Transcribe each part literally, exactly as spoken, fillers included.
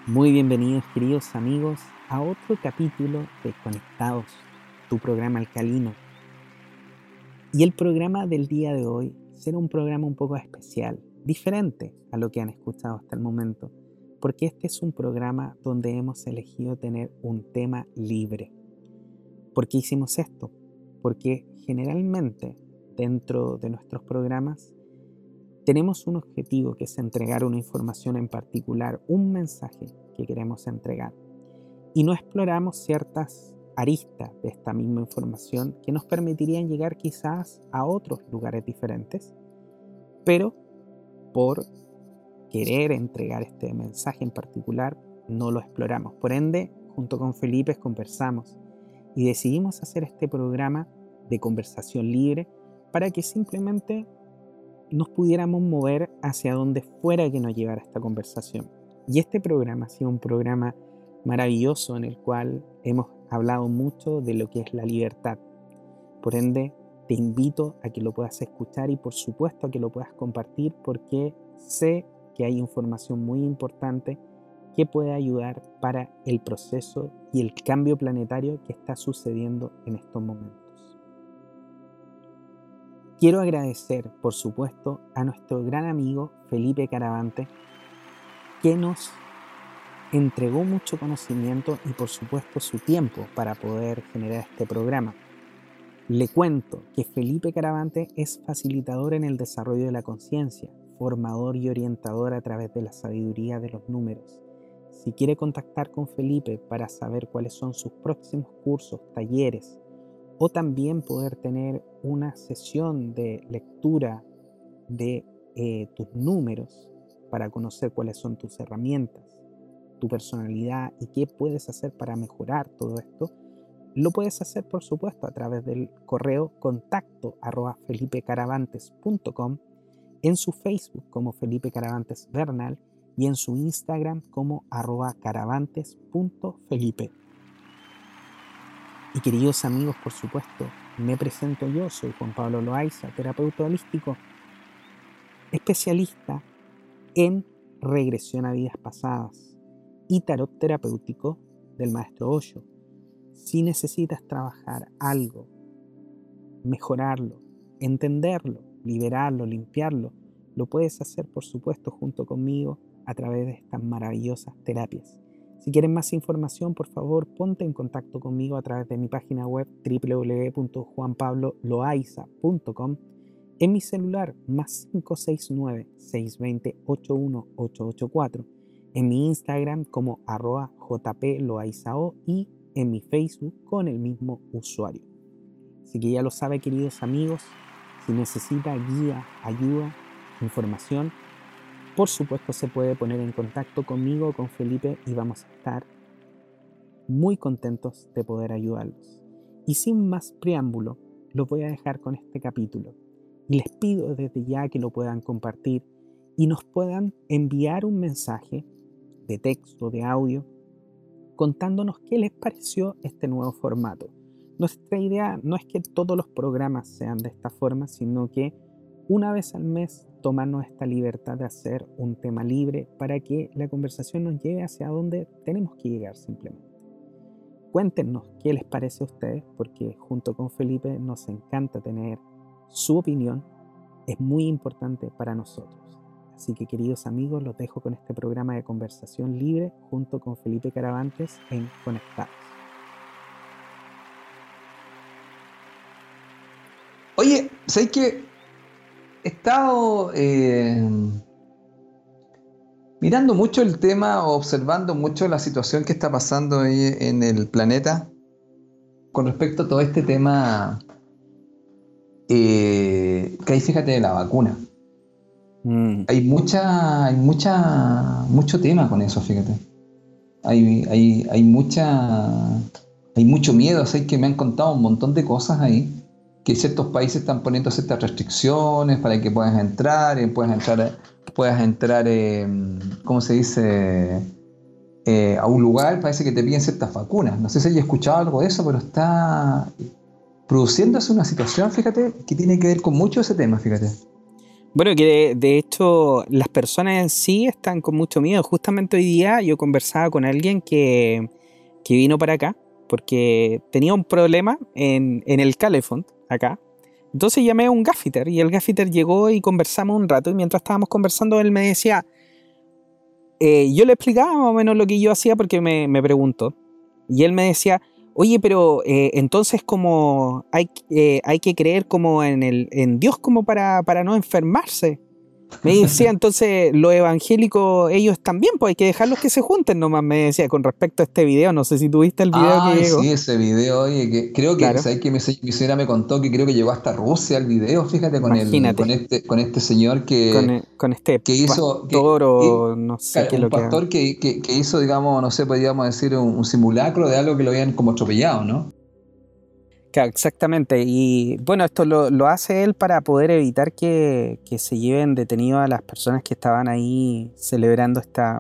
Muy bienvenidos, queridos amigos, a otro capítulo de Conectados, tu programa alcalino. Y el programa del día de hoy será un programa un poco especial, diferente a lo que han escuchado hasta el momento, porque este es un programa donde hemos elegido tener un tema libre. ¿Por qué hicimos esto? Porque generalmente dentro de nuestros programas tenemos un objetivo, que es entregar una información en particular, un mensaje que queremos entregar. Y no exploramos ciertas aristas de esta misma información que nos permitirían llegar quizás a otros lugares diferentes, pero por querer entregar este mensaje en particular, no lo exploramos. Por ende, junto con Felipe conversamos y decidimos hacer este programa de conversación libre para que simplemente nos pudiéramos mover hacia donde fuera que nos llevara esta conversación. Y este programa ha sido un programa maravilloso en el cual hemos hablado mucho de lo que es la libertad. Por ende, te invito a que lo puedas escuchar y por supuesto a que lo puedas compartir, porque sé que hay información muy importante que puede ayudar para el proceso y el cambio planetario que está sucediendo en estos momentos. Quiero agradecer, por supuesto, a nuestro gran amigo Felipe Caravante, que nos entregó mucho conocimiento y, por supuesto, su tiempo para poder generar este programa. Le cuento que Felipe Caravante es facilitador en el desarrollo de la conciencia, formador y orientador a través de la sabiduría de los números. Si quiere contactar con Felipe para saber cuáles son sus próximos cursos, talleres, o también poder tener una sesión de lectura de eh, tus números para conocer cuáles son tus herramientas, tu personalidad y qué puedes hacer para mejorar todo esto, lo puedes hacer, por supuesto, a través del correo contacto arroba felipecaravantes punto com, en su Facebook como Felipe Caravantes Bernal y en su Instagram como arroba caravantes punto felipe. Y queridos amigos, por supuesto, me presento yo, soy Juan Pablo Loaiza, terapeuta holístico, especialista en regresión a vidas pasadas y tarot terapéutico del maestro Osho. Si necesitas trabajar algo, mejorarlo, entenderlo, liberarlo, limpiarlo, lo puedes hacer, por supuesto, junto conmigo a través de estas maravillosas terapias. Si quieres más información, por favor, ponte en contacto conmigo a través de mi página web doble u doble u doble u punto juan pablo loaiza punto com, en mi celular más cinco seis nueve, seis dos cero, ocho uno ocho ocho cuatro, en mi Instagram como arroba jploaizao y en mi Facebook con el mismo usuario. Así que ya lo sabe, queridos amigos, si necesita guía, ayuda, información, por supuesto se puede poner en contacto conmigo o con Felipe y vamos a estar muy contentos de poder ayudarlos. Y sin más preámbulo, los voy a dejar con este capítulo. Y les pido desde ya que lo puedan compartir y nos puedan enviar un mensaje de texto, de audio, contándonos qué les pareció este nuevo formato. Nuestra idea no es que todos los programas sean de esta forma, sino que una vez al mes tomarnos esta libertad de hacer un tema libre para que la conversación nos lleve hacia donde tenemos que llegar simplemente. Cuéntenos qué les parece a ustedes, porque junto con Felipe nos encanta tener su opinión, es muy importante para nosotros. Así que, queridos amigos, los dejo con este programa de conversación libre junto con Felipe Caravantes en Conectados. Oye, ¿sabes qué? He estado eh, mirando mucho el tema, observando mucho la situación que está pasando ahí en el planeta con respecto a todo este tema eh, que hay, fíjate, de la vacuna. Mm. Hay mucha, hay mucha, mucho tema con eso, fíjate. Hay, hay, hay mucha, hay mucho miedo, así que me han contado un montón de cosas ahí, que ciertos países están poniendo ciertas restricciones para que puedas entrar, eh, puedas entrar, puedas entrar, eh, ¿cómo se dice? Eh, a un lugar, parece que te piden ciertas vacunas. No sé si hayas escuchado algo de eso, pero está produciéndose una situación, fíjate, que tiene que ver con mucho ese tema, fíjate. Bueno, que de, de hecho las personas en sí están con mucho miedo. Justamente hoy día yo conversaba con alguien que, que vino para acá porque tenía un problema en, en el Calefont acá. Entonces llamé a un gaffiter y el gaffiter llegó y conversamos un rato, y mientras estábamos conversando él me decía, eh, yo le explicaba más o menos lo que yo hacía porque me, me preguntó, y él me decía, oye, pero eh, entonces como hay, eh, hay que creer como en, el, en Dios como para, para no enfermarse. Me decía, entonces los evangélicos, ellos también, pues hay que dejarlos que se junten nomás, me decía, con respecto a este video. No sé si tuviste el video que Ay, llegó. sí, ese video, oye, que creo que, Claro. ¿sabes qué? Mi, se- mi señora me contó que creo que llegó hasta Rusia el video, fíjate, con el, con Imagínate, este, con este señor con, que, e- con este que hizo, que, pastor que- o no sé qué es un lo que haga. pastor que, que, que hizo, digamos, no sé, podríamos decir, un, un simulacro de algo que lo habían como atropellado, ¿no? Claro, exactamente. Y bueno, esto lo, lo hace él para poder evitar que, que se lleven detenido a las personas que estaban ahí celebrando esta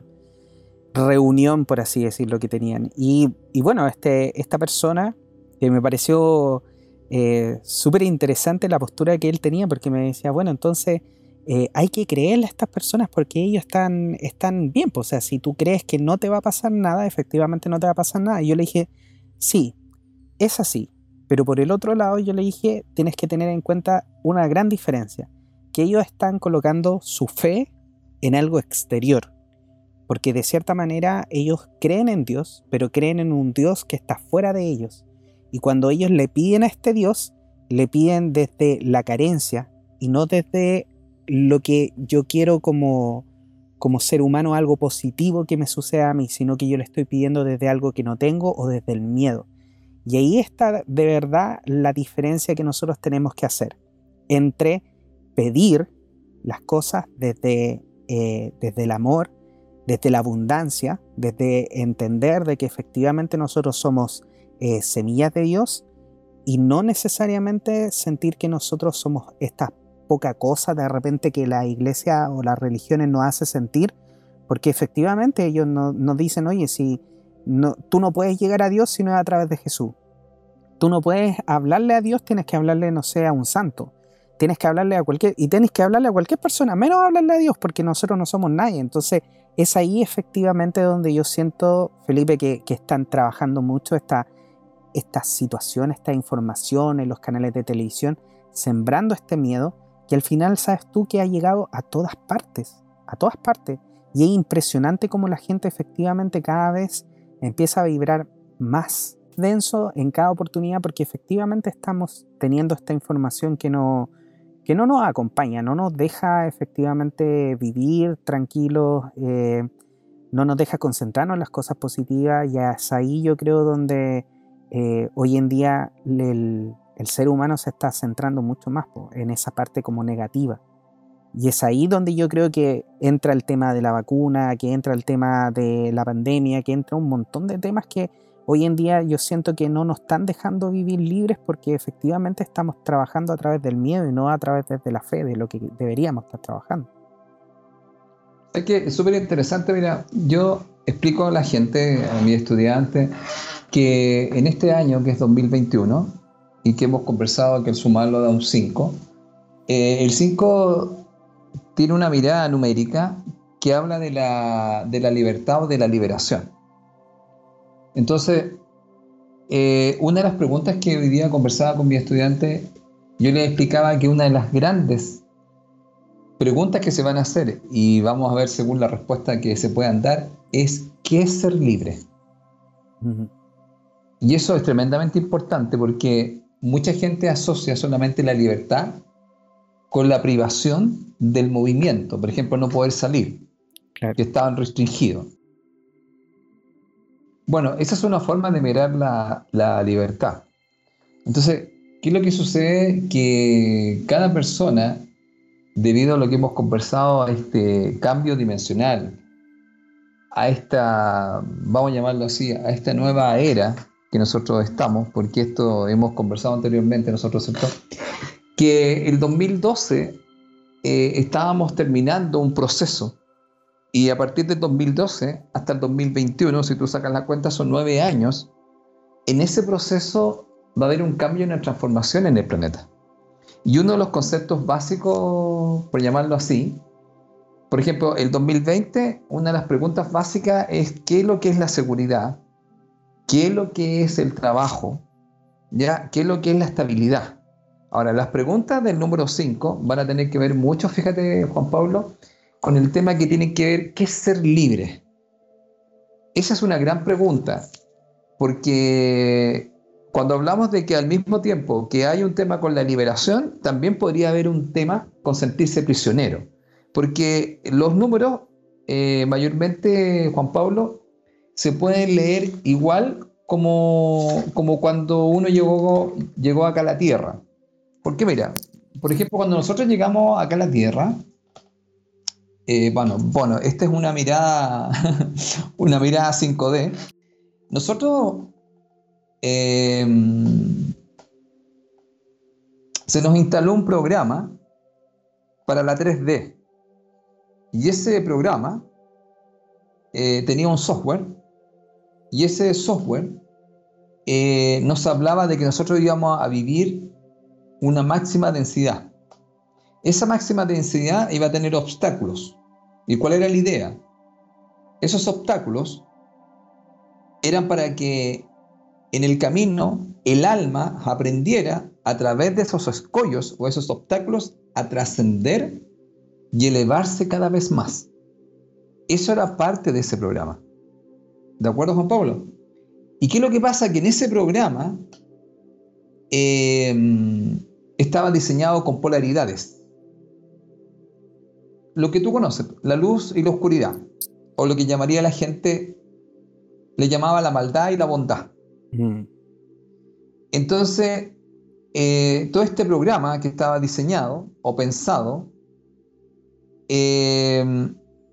reunión, por así decirlo, que tenían. Y, y bueno, este, esta persona, que me pareció eh, súper interesante la postura que él tenía, porque me decía, bueno, entonces eh, hay que creerle a estas personas porque ellos están, están bien. Pues, o sea, si tú crees que no te va a pasar nada, efectivamente no te va a pasar nada. Y yo le dije, sí, es así. Pero por el otro lado yo le dije, tienes que tener en cuenta una gran diferencia, que ellos están colocando su fe en algo exterior, porque de cierta manera ellos creen en Dios, pero creen en un Dios que está fuera de ellos. Y cuando ellos le piden a este Dios, le piden desde la carencia y no desde lo que yo quiero como, como ser humano, algo positivo que me suceda a mí, sino que yo le estoy pidiendo desde algo que no tengo o desde el miedo. Y ahí está de verdad la diferencia que nosotros tenemos que hacer entre pedir las cosas desde, eh, desde el amor, desde la abundancia, desde entender de que efectivamente nosotros somos eh, semillas de Dios, y no necesariamente sentir que nosotros somos esta poca cosa de repente que la iglesia o las religiones nos hace sentir, porque efectivamente ellos no, nos dicen, oye, si no, tú no puedes llegar a Dios si no es a través de Jesús. Tú no puedes hablarle a Dios, tienes que hablarle, no sé, a un santo. Tienes que hablarle a cualquier, y tienes que hablarle a cualquier persona, menos hablarle a Dios, porque nosotros no somos nadie. Entonces, es ahí efectivamente donde yo siento, Felipe, que, que están trabajando mucho esta, esta situación, esta información en los canales de televisión, sembrando este miedo, que al final sabes tú que ha llegado a todas partes, a todas partes. Y es impresionante cómo la gente efectivamente cada vez empieza a vibrar más denso en cada oportunidad, porque efectivamente estamos teniendo esta información que no, que no nos acompaña, no nos deja efectivamente vivir tranquilos, eh, no nos deja concentrarnos en las cosas positivas, y es ahí yo creo donde eh, hoy en día el, el ser humano se está centrando mucho más po, en esa parte como negativa. Y es ahí donde yo creo que entra el tema de la vacuna, que entra el tema de la pandemia, que entra un montón de temas que hoy en día yo siento que no nos están dejando vivir libres, porque efectivamente estamos trabajando a través del miedo y no a través de la fe, de lo que deberíamos estar trabajando. Es que es súper interesante, mira, yo explico a la gente, a mis estudiantes, que en este año, que es dos mil veintiuno, y que hemos conversado que el sumarlo da un cinco, eh, el cinco tiene una mirada numérica que habla de la, de la libertad o de la liberación. Entonces, eh, una de las preguntas que hoy día conversaba con mi estudiante, yo les explicaba que una de las grandes preguntas que se van a hacer, y vamos a ver según la respuesta que se puedan dar, es ¿qué es ser libre? Uh-huh. Y eso es tremendamente importante, porque mucha gente asocia solamente la libertad con la privación del movimiento, por ejemplo, no poder salir, claro, que estaban restringidos. Bueno, esa es una forma de mirar la, la libertad. Entonces, ¿qué es lo que sucede? Que cada persona, debido a lo que hemos conversado, a este cambio dimensional, a esta, vamos a llamarlo así, a esta nueva era que nosotros estamos, porque esto hemos conversado anteriormente nosotros, ¿cierto? Que el dos mil doce eh, estábamos terminando un proceso, y a partir del dos mil doce hasta el dos mil veintiuno, si tú sacas la cuenta, son nueve años. En ese proceso va a haber un cambio y una transformación en el planeta. Y uno de los conceptos básicos, por llamarlo así, por ejemplo, el dos mil veinte, una de las preguntas básicas es ¿qué es lo que es la seguridad? ¿Qué es lo que es el trabajo? ¿Ya? ¿Qué es lo que es la estabilidad? Ahora, las preguntas del número cinco van a tener que ver mucho, fíjate, Juan Pablo, con el tema que tiene que ver qué es ser libre. Esa es una gran pregunta, porque cuando hablamos de que al mismo tiempo que hay un tema con la liberación, también podría haber un tema con sentirse prisionero. Porque los números, eh, mayormente, Juan Pablo, se pueden leer igual como, como cuando uno llegó, llegó acá a la Tierra. Porque mira, por ejemplo, cuando nosotros llegamos acá a la Tierra, eh, bueno, bueno, esta es una mirada, una mirada cinco D. Nosotros eh, se nos instaló un programa para la tres D. Y ese programa eh, tenía un software, y ese software eh, nos hablaba de que nosotros íbamos a vivir una máxima densidad. Esa máxima densidad iba a tener obstáculos. ¿Y cuál era la idea? Esos obstáculos eran para que en el camino el alma aprendiera a través de esos escollos o esos obstáculos a trascender y elevarse cada vez más. Eso era parte de ese programa. ¿De acuerdo, Juan Pablo? ¿Y qué es lo que pasa? Que en ese programa eh, estaba diseñado con polaridades. Lo que tú conoces, la luz y la oscuridad, o lo que llamaría la gente, le llamaba la maldad y la bondad. Mm. Entonces, eh, todo este programa que estaba diseñado o pensado, eh,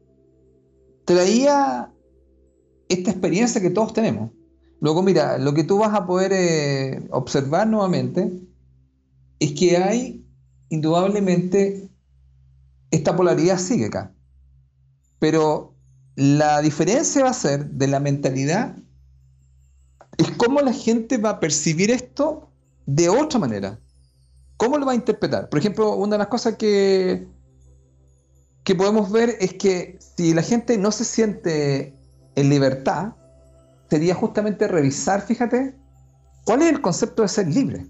traía esta experiencia que todos tenemos. Luego, mira, lo que tú vas a poder eh, observar nuevamente es que hay, indudablemente, esta polaridad sigue acá. Pero la diferencia va a ser de la mentalidad es cómo la gente va a percibir esto de otra manera. ¿Cómo lo va a interpretar? Por ejemplo, una de las cosas que, que podemos ver es que si la gente no se siente en libertad, sería justamente revisar, fíjate, cuál es el concepto de ser libre.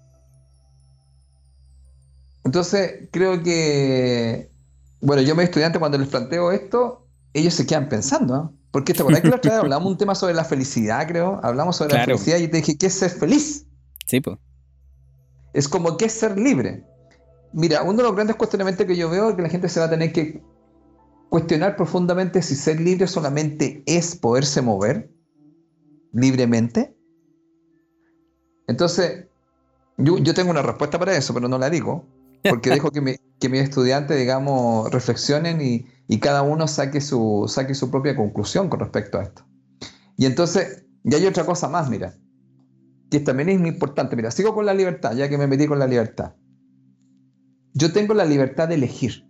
Entonces, creo que, bueno, yo me estudiante cuando les planteo esto, ellos se quedan pensando, ¿no? Porque te acuerdas que la otra vez hablamos un tema sobre la felicidad, creo, hablamos sobre claro. la felicidad y te dije, ¿qué es ser feliz? Sí, pues. Es como, ¿qué es ser libre? Mira, uno de los grandes cuestionamientos que yo veo es que la gente se va a tener que cuestionar profundamente si ser libre solamente es poderse mover libremente. Entonces, yo, yo tengo una respuesta para eso, pero no la digo, porque dejo que, mi, que mis estudiantes, digamos, reflexionen y, y cada uno saque su, saque su propia conclusión con respecto a esto. Y entonces, ya hay otra cosa más, mira, que también es muy importante. Mira, sigo con la libertad, ya que me metí con la libertad. Yo tengo la libertad de elegir.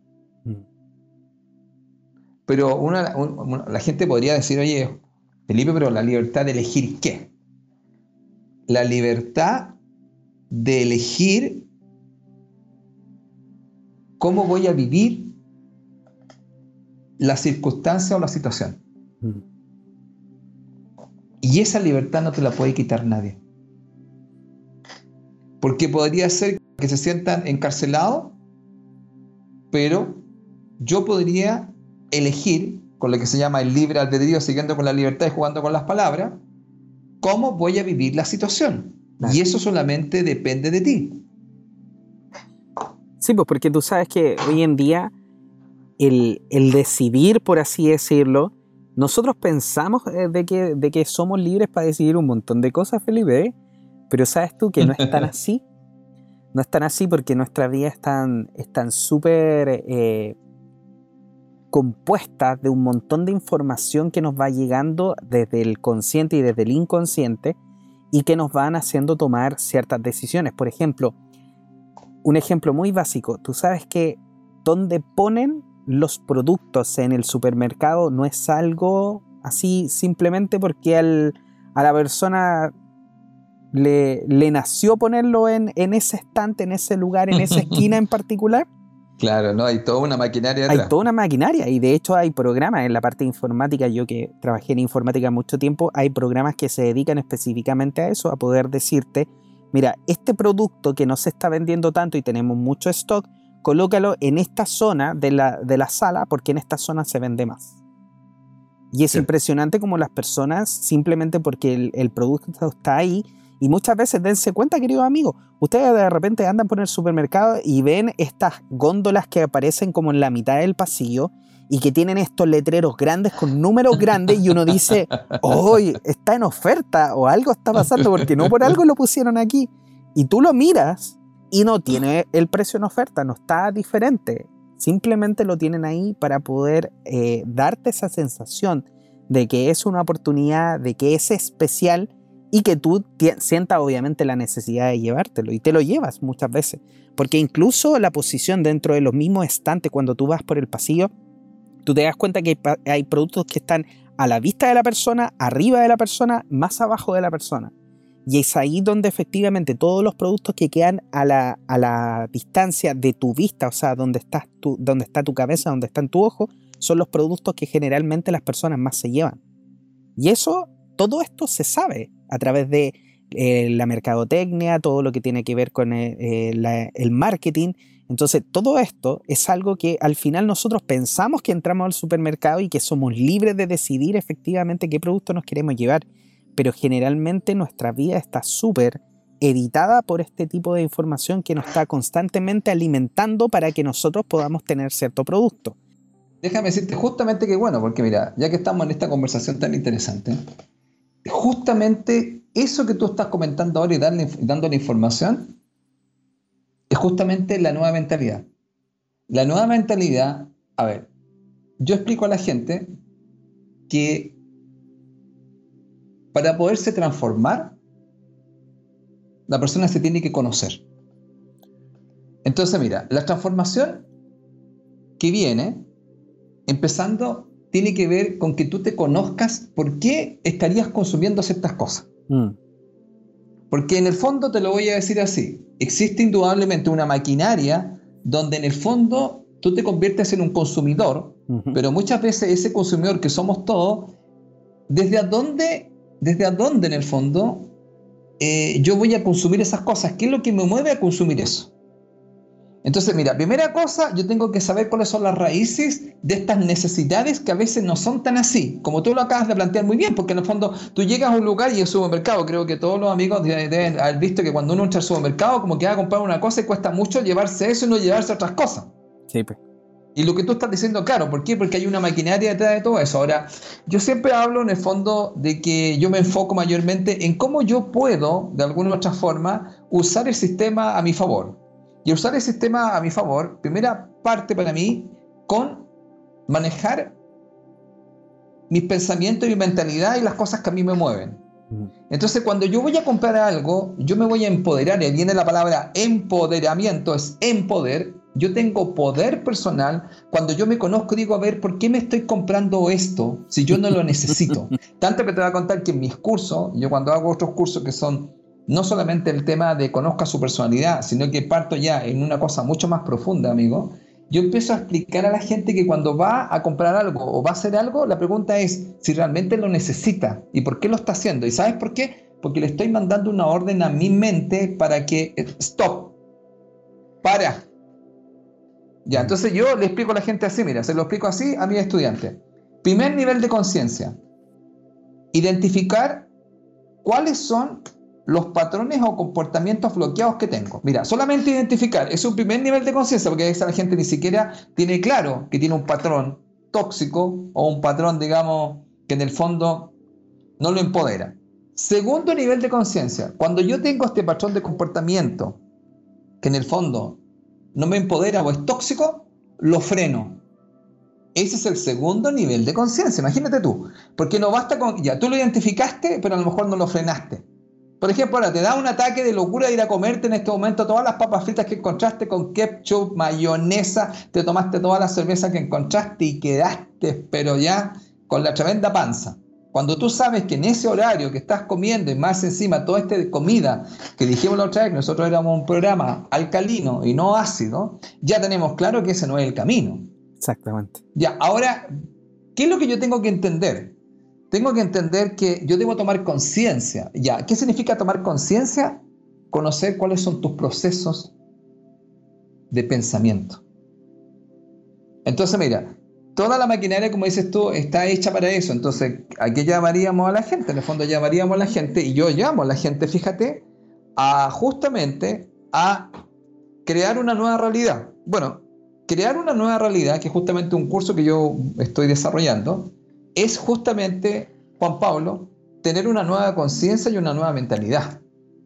Pero una, una, la gente podría decir, oye, Felipe, pero la libertad de elegir ¿qué? La libertad de elegir cómo voy a vivir la circunstancia o la situación. Mm. Y esa libertad no te la puede quitar nadie. Porque podría ser que se sientan encarcelados, pero yo podría elegir, con lo que se llama el libre albedrío, siguiendo con la libertad y jugando con las palabras, cómo voy a vivir la situación. Claro. Y eso solamente depende de ti. Sí, pues porque tú sabes que hoy en día el, el decidir, por así decirlo, nosotros pensamos de que, de que somos libres para decidir un montón de cosas, Felipe, ¿eh? Pero sabes tú que no es tan así. No es tan así porque nuestra vida están están súper eh, compuestas de un montón de información que nos va llegando desde el consciente y desde el inconsciente y que nos van haciendo tomar ciertas decisiones. Por ejemplo, un ejemplo muy básico, tú sabes que donde ponen los productos en el supermercado no es algo así simplemente porque al, a la persona ¿Le, le nació ponerlo en, en ese estante, en ese lugar, en esa esquina en particular? Claro, no, hay toda una maquinaria detrás. Hay toda una maquinaria y de hecho hay programas en la parte de informática. Yo que trabajé en informática mucho tiempo, hay programas que se dedican específicamente a eso, a poder decirte, mira, este producto que no se está vendiendo tanto y tenemos mucho stock, colócalo en esta zona de la, de la sala porque en esta zona se vende más. Y es sí. impresionante como las personas, simplemente porque el, el producto está ahí, y muchas veces dense cuenta, queridos amigos, ustedes de repente andan por el supermercado y ven estas góndolas que aparecen como en la mitad del pasillo y que tienen estos letreros grandes con números grandes y uno dice, ¡oye, está en oferta! O algo está pasando porque no por algo lo pusieron aquí. Y tú lo miras y no tiene el precio en oferta, no está diferente. Simplemente lo tienen ahí para poder eh, darte esa sensación de que es una oportunidad, de que es especial y que tú sientas obviamente la necesidad de llevártelo. Y te lo llevas muchas veces. Porque incluso la posición dentro de los mismos estantes, cuando tú vas por el pasillo, tú te das cuenta que hay, hay productos que están a la vista de la persona, arriba de la persona, más abajo de la persona. Y es ahí donde efectivamente todos los productos que quedan a la, a la distancia de tu vista, o sea, donde, estás tu, donde está tu cabeza, donde está en tu ojo, son los productos que generalmente las personas más se llevan. Y eso, todo esto se sabe a través de eh, la mercadotecnia, todo lo que tiene que ver con eh, eh, la, el marketing. Entonces, todo esto es algo que al final nosotros pensamos que entramos al supermercado y que somos libres de decidir efectivamente qué producto nos queremos llevar. Pero generalmente nuestra vida está súper editada por este tipo de información que nos está constantemente alimentando para que nosotros podamos tener cierto producto. Déjame decirte justamente que bueno, porque mira, ya que estamos en esta conversación tan interesante, justamente eso que tú estás comentando ahora y darle, dando la información es justamente la nueva mentalidad. La nueva mentalidad, a ver, yo explico a la gente que para poderse transformar, la persona se tiene que conocer. Entonces, mira, la transformación que viene, empezando, tiene que ver con que tú te conozcas por qué estarías consumiendo ciertas cosas. Mm. Porque en el fondo te lo voy a decir así, existe indudablemente una maquinaria donde en el fondo tú te conviertes en un consumidor, uh-huh. pero muchas veces ese consumidor que somos todos, ¿desde a dónde... ¿Desde a dónde en el fondo eh, yo voy a consumir esas cosas? ¿Qué es lo que me mueve a consumir eso? Entonces, mira, primera cosa, yo tengo que saber cuáles son las raíces de estas necesidades que a veces no son tan así, como tú lo acabas de plantear muy bien, porque en el fondo tú llegas a un lugar y el supermercado, creo que todos los amigos deben haber visto que cuando uno entra al supermercado, como que va a comprar una cosa y cuesta mucho llevarse eso y no llevarse otras cosas. Sí, pues. Y lo que tú estás diciendo, claro, ¿por qué? Porque hay una maquinaria detrás de todo eso. Ahora, yo siempre hablo en el fondo de que yo me enfoco mayormente en cómo yo puedo, de alguna u otra forma, usar el sistema a mi favor. Y usar el sistema a mi favor, primera parte para mí, con manejar mis pensamientos y mi mentalidad y las cosas que a mí me mueven. Entonces, cuando yo voy a comprar algo, yo me voy a empoderar, y ahí viene la palabra empoderamiento, es empoder. Yo tengo poder personal. Cuando yo me conozco, digo, a ver, ¿por qué me estoy comprando esto si yo no lo necesito? Tanto que te voy a contar que en mis cursos, yo cuando hago otros cursos que son no solamente el tema de conozca su personalidad, sino que parto ya en una cosa mucho más profunda, amigo, yo empiezo a explicar a la gente que cuando va a comprar algo o va a hacer algo, la pregunta es si realmente lo necesita y por qué lo está haciendo. ¿Y sabes por qué? Porque le estoy mandando una orden a mi mente para que, stop, para. Ya, entonces yo le explico a la gente así, mira, se lo explico así a mis estudiantes. Primer nivel de conciencia, identificar cuáles son los patrones o comportamientos bloqueados que tengo. Mira, solamente identificar, es un primer nivel de conciencia, porque a veces la gente ni siquiera tiene claro que tiene un patrón tóxico o un patrón, digamos, que en el fondo no lo empodera. Segundo nivel de conciencia, cuando yo tengo este patrón de comportamiento que en el fondo no me empodera o es tóxico, lo freno. Ese es el segundo nivel de conciencia, imagínate tú. Porque no basta con, ya, tú lo identificaste, pero a lo mejor no lo frenaste. Por ejemplo, ahora te da un ataque de locura de ir a comerte en este momento todas las papas fritas que encontraste con ketchup, mayonesa, te tomaste todas las cervezas que encontraste y quedaste, pero ya con la tremenda panza. Cuando tú sabes que en ese horario que estás comiendo y más encima toda esta comida que dijimos la otra vez, que nosotros éramos un programa alcalino y no ácido, ya tenemos claro que ese no es el camino. Exactamente. Ya, ahora, ¿qué es lo que yo tengo que entender? Tengo que entender que yo debo tomar conciencia. Ya, ¿qué significa tomar conciencia? Conocer cuáles son tus procesos de pensamiento. Entonces, mira, toda la maquinaria, como dices tú, está hecha para eso. Entonces, ¿a qué llamaríamos a la gente? En el fondo llamaríamos a la gente, y yo llamo a la gente, fíjate, a justamente a crear una nueva realidad. Bueno, crear una nueva realidad, que es justamente un curso que yo estoy desarrollando, es justamente, Juan Pablo, tener una nueva conciencia y una nueva mentalidad.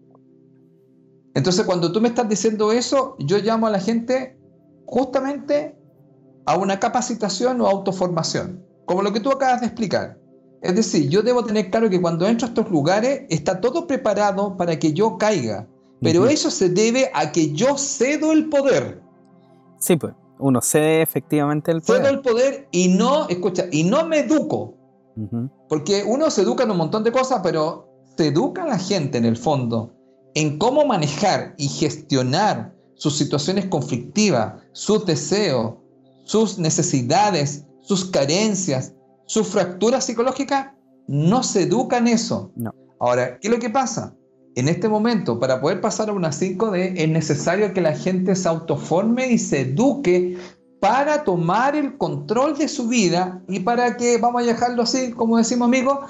Entonces, cuando tú me estás diciendo eso, yo llamo a la gente justamente a una capacitación o autoformación, como lo que tú acabas de explicar. Es decir, yo debo tener claro que cuando entro a estos lugares está todo preparado para que yo caiga, pero uh-huh. eso se debe a que yo cedo el poder. Sí, pues, uno cede efectivamente el poder. Cedo el poder y no, escucha, y no me educo. Uh-huh. Porque uno se educa en un montón de cosas, pero se educa a la gente en el fondo en cómo manejar y gestionar sus situaciones conflictivas, sus deseos, sus necesidades, sus carencias, sus fracturas psicológicas. No se educa en eso. No. Ahora, ¿qué es lo que pasa? En este momento, para poder pasar a una cinco D, es necesario que la gente se autoforme y se eduque para tomar el control de su vida y para que, vamos a dejarlo así, como decimos amigos,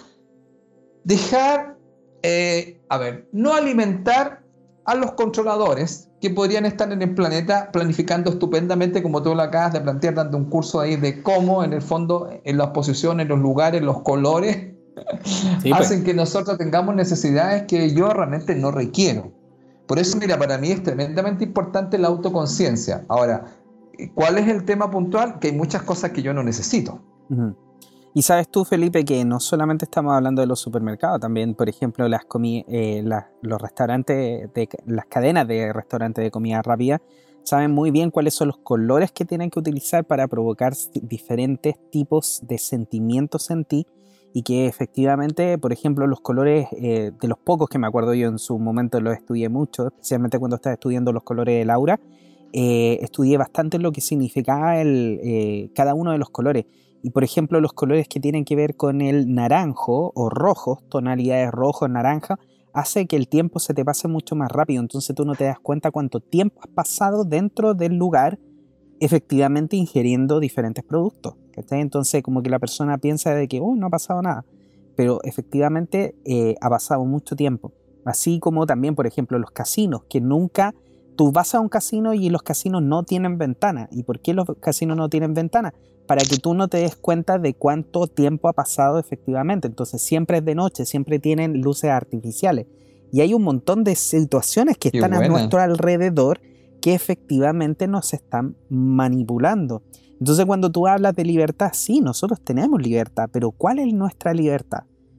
dejar, eh, a ver, no alimentar a los controladores que podrían estar en el planeta planificando estupendamente, como tú lo acabas de plantear, dando un curso ahí de cómo, en el fondo, en las posiciones, los lugares, los colores, sí, hacen pues. que nosotros tengamos necesidades que yo realmente no requiero. Por eso, mira, para mí es tremendamente importante la autoconciencia. Ahora, ¿cuál es el tema puntual? Que hay muchas cosas que yo no necesito. Uh-huh. Y sabes tú, Felipe, que no solamente estamos hablando de los supermercados, también, por ejemplo, las comi- eh, la, los restaurantes, de, las cadenas de restaurantes de comida rápida saben muy bien cuáles son los colores que tienen que utilizar para provocar diferentes tipos de sentimientos en ti, y que efectivamente, por ejemplo, los colores, eh, de los pocos que me acuerdo yo en su momento los estudié mucho, especialmente cuando estaba estudiando los colores de Laura, eh, estudié bastante lo que significaba el, eh, cada uno de los colores. Y por ejemplo, los colores que tienen que ver con el naranjo o rojo, tonalidades rojo, naranja, hace que el tiempo se te pase mucho más rápido. Entonces tú no te das cuenta cuánto tiempo has pasado dentro del lugar efectivamente ingiriendo diferentes productos, ¿cachai? Entonces como que la persona piensa de que oh, no ha pasado nada, pero efectivamente eh, ha pasado mucho tiempo. Así como también, por ejemplo, los casinos, que nunca... Tú vas a un casino y los casinos no tienen ventana. ¿Y por qué los casinos no tienen ventana? Para que tú no te des cuenta de cuánto tiempo ha pasado efectivamente. Entonces siempre es de noche, siempre tienen luces artificiales. Y hay un montón de situaciones que están a nuestro alrededor que efectivamente nos están manipulando. Entonces cuando tú hablas de libertad, sí, nosotros tenemos libertad, pero ¿cuál es nuestra libertad?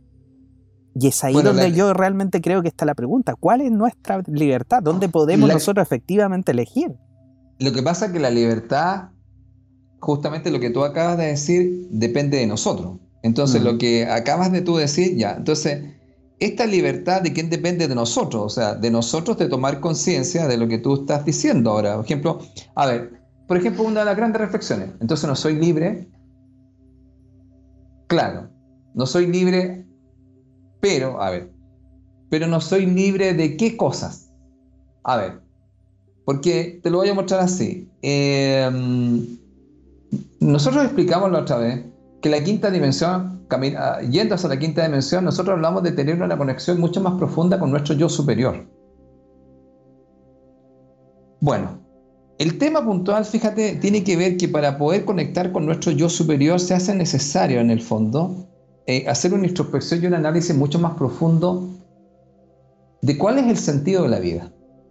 Y es ahí bueno, donde la, yo realmente creo que está la pregunta. ¿Cuál es nuestra libertad? ¿Dónde podemos la, nosotros efectivamente elegir? Lo que pasa es que la libertad, justamente lo que tú acabas de decir, depende de nosotros. Entonces, mm. lo que acabas de tú decir, ya. Entonces, esta libertad, ¿de quién depende? De nosotros. O sea, de nosotros de tomar conciencia de lo que tú estás diciendo ahora. Por ejemplo, a ver, por ejemplo, una de las grandes reflexiones. Entonces, no soy libre. Claro, no soy libre... Pero, a ver, pero no soy libre de qué cosas. A ver, porque te lo voy a mostrar así. Eh, nosotros explicamos la otra vez que la quinta dimensión, camina, yendo hacia la quinta dimensión, nosotros hablamos de tener una conexión mucho más profunda con nuestro yo superior. Bueno, el tema puntual, fíjate, tiene que ver que para poder conectar con nuestro yo superior se hace necesario, en el fondo, Eh, hacer una introspección y un análisis mucho más profundo de cuál es el sentido de la vida.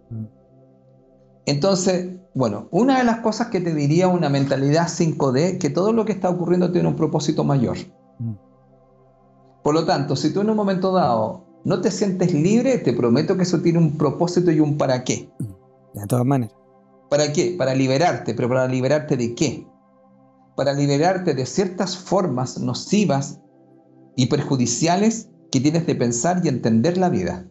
Entonces, bueno, una de las cosas que te diría una mentalidad cinco D, que todo lo que está ocurriendo tiene un propósito mayor. Por lo tanto, si tú en un momento dado no te sientes libre, te prometo que eso tiene un propósito y un para qué. De todas maneras. ¿Para qué? Para liberarte, pero ¿para liberarte de qué? Para liberarte de ciertas formas nocivas y perjudiciales que tienes de pensar y entender la vida.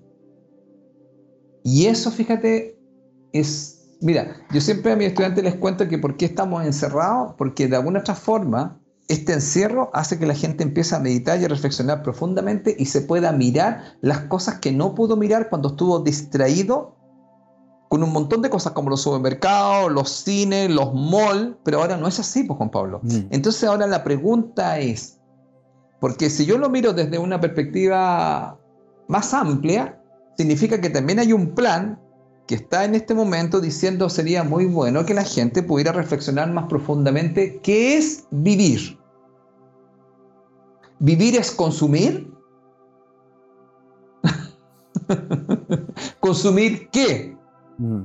Y eso, fíjate, es... Mira, yo siempre a mis estudiantes les cuento que por qué estamos encerrados, porque de alguna otra forma este encierro hace que la gente empiece a meditar y a reflexionar profundamente y se pueda mirar las cosas que no pudo mirar cuando estuvo distraído con un montón de cosas como los supermercados, los cines, los malls, pero ahora no es así, pues, Juan Pablo. Mm. Entonces ahora la pregunta es, porque si yo lo miro desde una perspectiva más amplia, significa que también hay un plan que está en este momento diciendo sería muy bueno que la gente pudiera reflexionar más profundamente qué es vivir. ¿Vivir es consumir? ¿Consumir qué? Mm.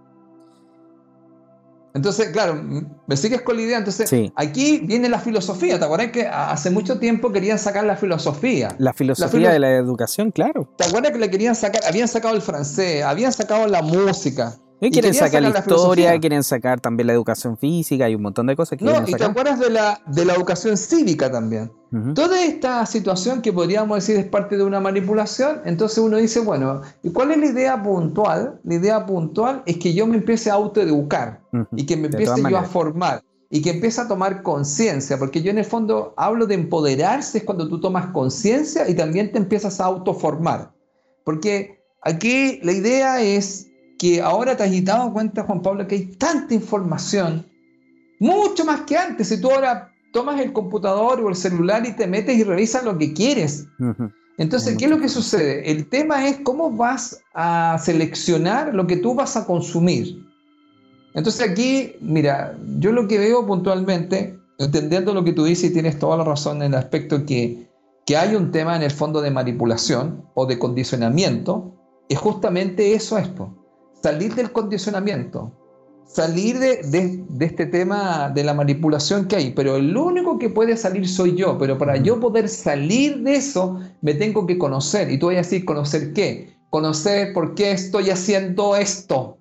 Entonces, claro, me sigues con la idea. Entonces, sí. Aquí viene la filosofía. ¿Te acuerdas que hace mucho tiempo querían sacar la filosofía? La filosofía la filo- de la educación, claro. ¿Te acuerdas que le querían sacar? Habían sacado el francés, habían sacado la música. Y quieren sacar, sacar la, la historia, quieren sacar también la educación física, hay un montón de cosas que no, quieren y sacar. te acuerdas de la, de la educación cívica también. Uh-huh. Toda esta situación que podríamos decir es parte de una manipulación, entonces uno dice, bueno, ¿y cuál es la idea puntual? La idea puntual es que yo me empiece a autoeducar uh-huh. y que me empiece yo a formar y que empiece a tomar conciencia, porque yo en el fondo hablo de empoderarse, es cuando tú tomas conciencia y también te empiezas a autoformar. Porque aquí la idea es que ahora te has dado cuenta, Juan Pablo, que hay tanta información, mucho más que antes. Si tú ahora tomas el computador o el celular y te metes y revisas lo que quieres. Uh-huh. Entonces, ¿qué es lo que sucede? El tema es cómo vas a seleccionar lo que tú vas a consumir. Entonces aquí, mira, yo lo que veo puntualmente, entendiendo lo que tú dices y tienes toda la razón en el aspecto que, que hay un tema en el fondo de manipulación o de condicionamiento, es justamente eso esto. Salir del condicionamiento, salir de, de, de este tema de la manipulación que hay, pero el único que puede salir soy yo, pero para yo poder salir de eso me tengo que conocer, y tú vas a decir, ¿conocer qué? Conocer por qué estoy haciendo esto.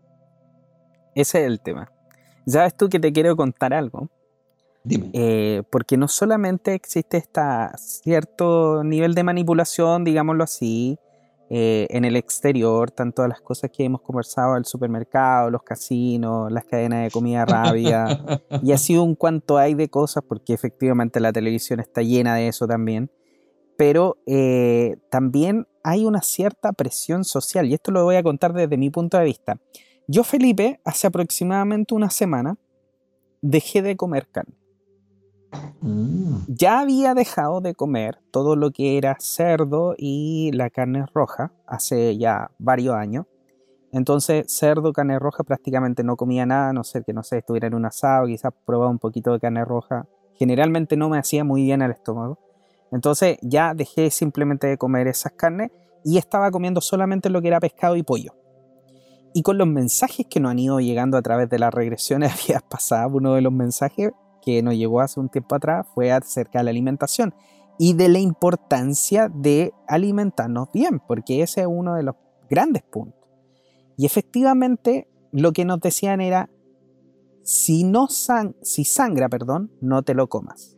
Ese es el tema. ¿Sabes tú que te quiero contar algo? Dime. Eh, porque no solamente existe este cierto nivel de manipulación, digámoslo así, Eh, en el exterior, tanto las cosas que hemos conversado, el supermercado, los casinos, las cadenas de comida rápida, y así un cuanto hay de cosas, porque efectivamente la televisión está llena de eso también, pero eh, también hay una cierta presión social, y esto lo voy a contar desde mi punto de vista. Yo, Felipe, hace aproximadamente una semana dejé de comer carne. Mm. Ya había dejado de comer todo lo que era cerdo y la carne roja hace ya varios años. Entonces, cerdo, carne roja, prácticamente no comía nada, a no ser que, no sé, estuviera en un asado, quizás probaba un poquito de carne roja. Generalmente no me hacía muy bien al estómago. Entonces, ya dejé simplemente de comer esas carnes y estaba comiendo solamente lo que era pescado y pollo. Y con los mensajes que nos han ido llegando a través de las regresiones de vidas pasadas, uno de los mensajes que nos llegó hace un tiempo atrás fue acerca de la alimentación y de la importancia de alimentarnos bien, porque ese es uno de los grandes puntos. Y efectivamente lo que nos decían era, si, no sang- si sangra, perdón, no te lo comas.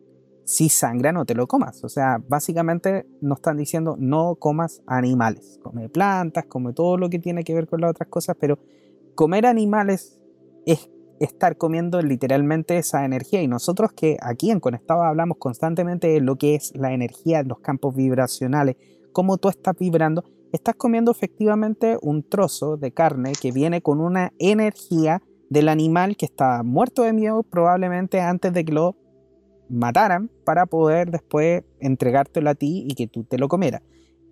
Si sangra, no te lo comas. O sea, básicamente nos están diciendo no comas animales. Come plantas, come todo lo que tiene que ver con las otras cosas, pero comer animales es estar comiendo literalmente esa energía. Y nosotros que aquí en Conectados hablamos constantemente de lo que es la energía, los campos vibracionales, cómo tú estás vibrando, estás comiendo efectivamente un trozo de carne que viene con una energía del animal que está muerto de miedo probablemente antes de que lo mataran para poder después entregártelo a ti y que tú te lo comieras.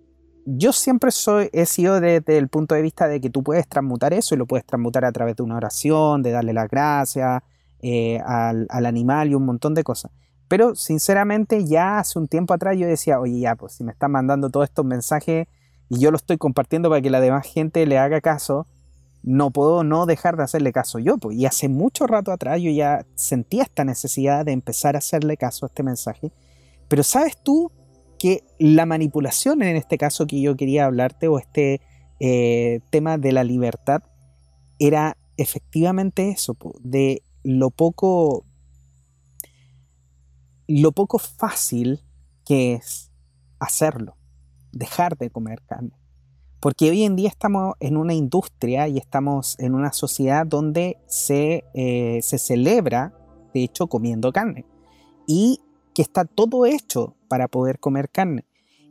Yo siempre soy, he sido desde el punto de vista de que tú puedes transmutar eso y lo puedes transmutar a través de una oración, de darle las gracias eh, al, al animal y un montón de cosas. Pero sinceramente ya hace un tiempo atrás yo decía, oye ya, pues si me están mandando todos estos mensajes y yo los estoy compartiendo para que la demás gente le haga caso, no puedo no dejar de hacerle caso yo. Pues. Y hace mucho rato atrás yo ya sentía esta necesidad de empezar a hacerle caso a este mensaje. Pero ¿sabes tú que la manipulación en este caso que yo quería hablarte o este eh, tema de la libertad era efectivamente eso, de lo poco lo poco fácil que es hacerlo, dejar de comer carne. Porque hoy en día estamos en una industria y estamos en una sociedad donde se, eh, se celebra, de hecho, comiendo carne. Y que está todo hecho para poder comer carne.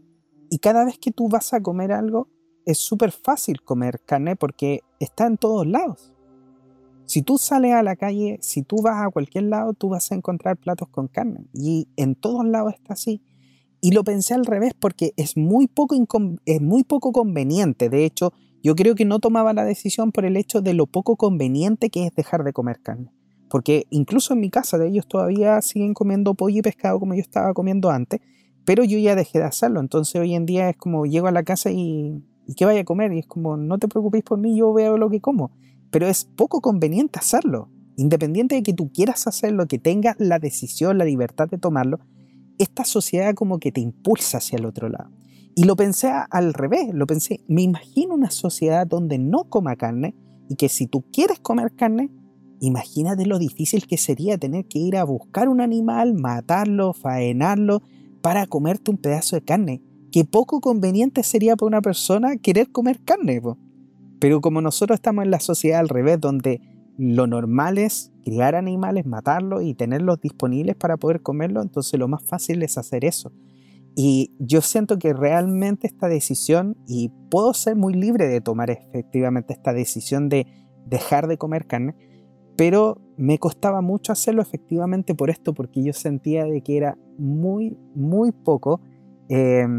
Y cada vez que tú vas a comer algo, es súper fácil comer carne porque está en todos lados. Si tú sales a la calle, si tú vas a cualquier lado, tú vas a encontrar platos con carne. Y en todos lados está así. Y lo pensé al revés porque es muy poco, incon- es muy poco conveniente. De hecho, yo creo que no tomaba la decisión por el hecho de lo poco conveniente que es dejar de comer carne. Porque incluso en mi casa de ellos todavía siguen comiendo pollo y pescado como yo estaba comiendo antes, pero yo ya dejé de hacerlo. Entonces hoy en día es como llego a la casa y, y ¿qué vaya a comer? Y es como, no te preocupes por mí, yo veo lo que como. Pero es poco conveniente hacerlo. Independiente de que tú quieras hacerlo, que tengas la decisión, la libertad de tomarlo, esta sociedad como que te impulsa hacia el otro lado. Y lo pensé al revés, lo pensé, me imagino una sociedad donde no coma carne y que si tú quieres comer carne, imagínate lo difícil que sería tener que ir a buscar un animal, matarlo, faenarlo para comerte un pedazo de carne. Qué poco conveniente sería para una persona querer comer carne, po. Pero como nosotros estamos en la sociedad al revés, donde lo normal es criar animales, matarlos y tenerlos disponibles para poder comerlos, entonces lo más fácil es hacer eso. Y yo siento que realmente esta decisión, y puedo ser muy libre de tomar efectivamente esta decisión de dejar de comer carne, pero me costaba mucho hacerlo efectivamente por esto, porque yo sentía de que era muy, muy poco eh,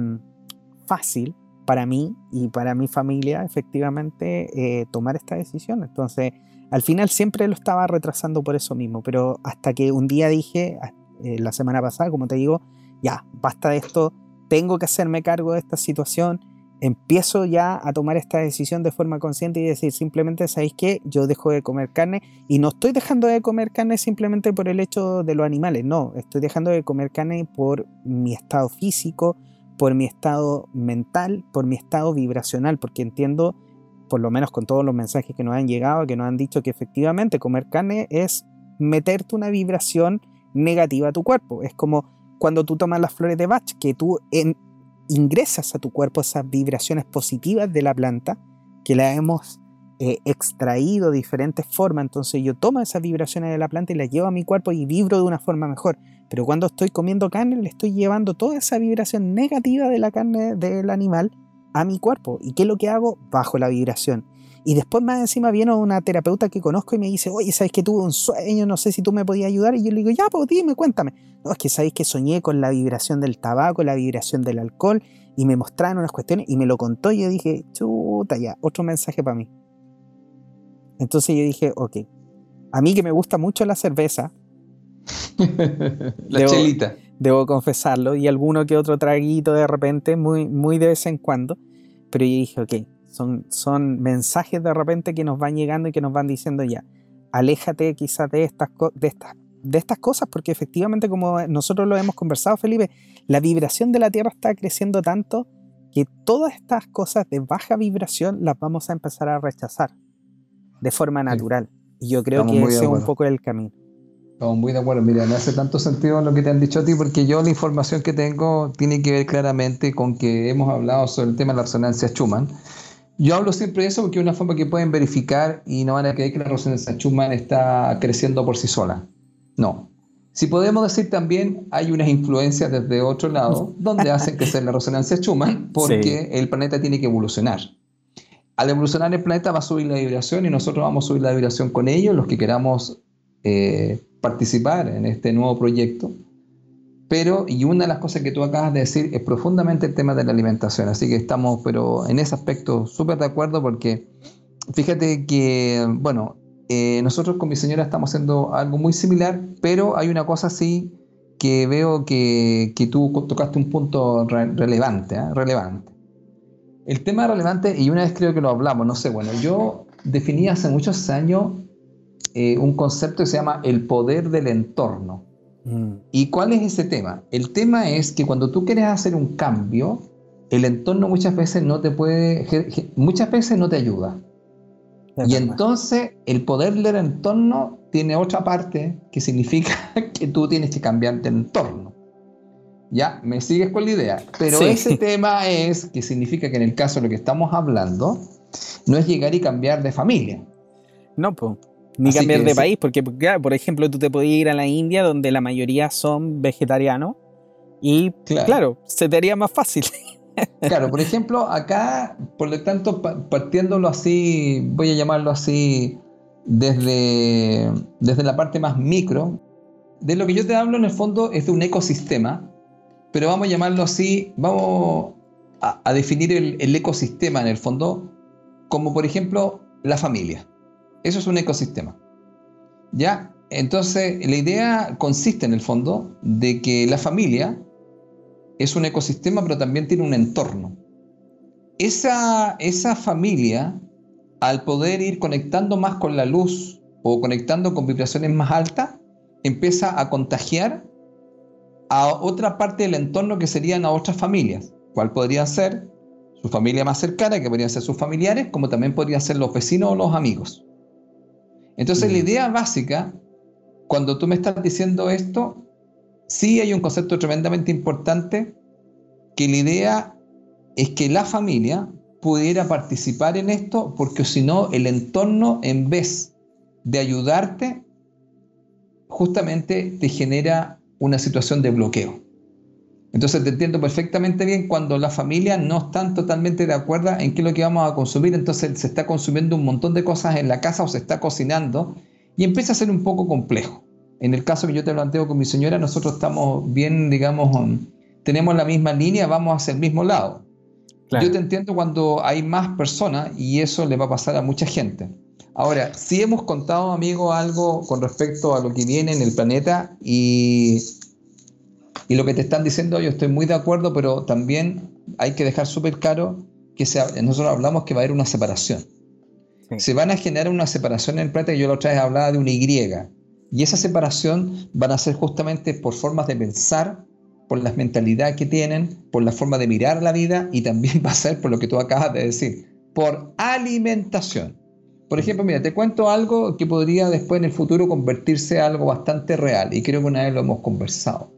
fácil para mí y para mi familia efectivamente eh, tomar esta decisión. Entonces al final siempre lo estaba retrasando por eso mismo, pero hasta que un día dije, eh, la semana pasada, como te digo, ya, basta de esto, tengo que hacerme cargo de esta situación, empiezo ya a tomar esta decisión de forma consciente y decir simplemente, ¿sabéis qué? Yo dejo de comer carne y no estoy dejando de comer carne simplemente por el hecho de los animales, no, estoy dejando de comer carne por mi estado físico, por mi estado mental, por mi estado vibracional, porque entiendo, por lo menos con todos los mensajes que nos han llegado, que nos han dicho que efectivamente comer carne es meterte una vibración negativa a tu cuerpo. Es como cuando tú tomas las flores de Bach, que tú en, ingresas a tu cuerpo esas vibraciones positivas de la planta, que las hemos eh, extraído de diferentes formas. Entonces yo tomo esas vibraciones de la planta y las llevo a mi cuerpo y vibro de una forma mejor. Pero cuando estoy comiendo carne, le estoy llevando toda esa vibración negativa de la carne del animal a mi cuerpo. ¿Y qué es lo que hago? Bajo la vibración. Y después más encima viene una terapeuta que conozco y me dice, oye, ¿sabes que tuve un sueño? No sé si tú me podías ayudar. Y yo le digo, ya, pues dime, cuéntame. No, es que sabéis que soñé con la vibración del tabaco, la vibración del alcohol, y me mostraron unas cuestiones y me lo contó y yo dije, chuta, ya, otro mensaje para mí. Entonces yo dije, ok, a mí que me gusta mucho la cerveza, la debo, chelita. Debo confesarlo, y alguno que otro traguito de repente, muy, muy de vez en cuando, pero yo dije, ok, son, son mensajes de repente que nos van llegando y que nos van diciendo ya, aléjate quizás de estas, de estas, de estas cosas, porque efectivamente, como nosotros lo hemos conversado, Felipe, la vibración de la Tierra está creciendo tanto que todas estas cosas de baja vibración las vamos a empezar a rechazar de forma natural. Sí. Y yo creo Estamos que muy ese de es un acuerdo. poco el camino. Estamos muy de acuerdo. Mira, me hace tanto sentido lo que te han dicho a ti, porque yo la información que tengo tiene que ver claramente con que hemos hablado sobre el tema de la resonancia Schumann. Yo hablo siempre de eso porque es una forma que pueden verificar y no van a creer que la resonancia Schumann está creciendo por sí sola. No. Si podemos decir también, hay unas influencias desde otro lado donde hacen crecer la resonancia Schumann porque sí. El planeta tiene que evolucionar. Al evolucionar el planeta va a subir la vibración y nosotros vamos a subir la vibración con ellos, los que queramos eh, participar en este nuevo proyecto. Pero, y una de las cosas que tú acabas de decir es profundamente el tema de la alimentación, así que estamos, pero en ese aspecto súper de acuerdo, porque fíjate que, bueno, eh, nosotros con mi señora estamos haciendo algo muy similar, pero hay una cosa así que veo que, que tú tocaste un punto re relevante, ¿eh? relevante. El tema relevante, y una vez creo que lo hablamos, no sé, bueno, yo definí hace muchos años eh, un concepto que se llama el poder del entorno. ¿Y cuál es ese tema? El tema es que cuando tú quieres hacer un cambio, el entorno muchas veces no te puede, muchas veces no te ayuda. Y entonces el poder del entorno tiene otra parte que significa que tú tienes que cambiar de entorno. Ya, me sigues con la idea. Pero Sí. ese tema es que significa que en el caso de lo que estamos hablando, no es llegar y cambiar de familia. No, pues. Ni Así cambiar que de sí. país, porque, claro, por ejemplo, tú te podías ir a la India, donde la mayoría son vegetarianos, y Claro. claro, se te haría más fácil. Claro, por ejemplo, acá, por lo tanto, pa- partiéndolo así, voy a llamarlo así, desde, desde la parte más micro, de lo que yo te hablo en el fondo es de un ecosistema, pero vamos a llamarlo así, vamos a, a definir el, el ecosistema en el fondo, como por ejemplo la familia. Eso es un ecosistema. ¿Ya? Entonces, la idea consiste en el fondo de que la familia es un ecosistema, pero también tiene un entorno. Esa, esa familia, al poder ir conectando más con la luz o conectando con vibraciones más altas, empieza a contagiar a otra parte del entorno que serían a otras familias, cuál podrían ser su familia más cercana, que podrían ser sus familiares, como también podrían ser los vecinos o los amigos. Entonces, mm. la idea básica, cuando tú me estás diciendo esto, sí hay un concepto tremendamente importante, que la idea es que la familia pudiera participar en esto, porque si no, el entorno, en vez de ayudarte, justamente te genera una situación de bloqueo. Entonces te entiendo perfectamente bien cuando la familia no están totalmente de acuerdo en qué es lo que vamos a consumir, entonces se está consumiendo un montón de cosas en la casa o se está cocinando y empieza a ser un poco complejo. En el caso que yo te planteo con mi señora, nosotros estamos bien, digamos, tenemos la misma línea, vamos hacia el mismo lado. Claro. Yo te entiendo cuando hay más personas y eso le va a pasar a mucha gente. Ahora, sí hemos contado, amigo, algo con respecto a lo que viene en el planeta y, y lo que te están diciendo, yo estoy muy de acuerdo, pero también hay que dejar súper claro que se, nosotros hablamos que va a haber una separación. Sí. Se van a generar una separación en el planeta, que yo la otra vez hablaba de una Y, y esa separación van a ser justamente por formas de pensar, por las mentalidades que tienen, por la forma de mirar la vida y también va a ser por lo que tú acabas de decir, por alimentación. Por ejemplo, mira, te cuento algo que podría después en el futuro convertirse en algo bastante real y creo que una vez lo hemos conversado.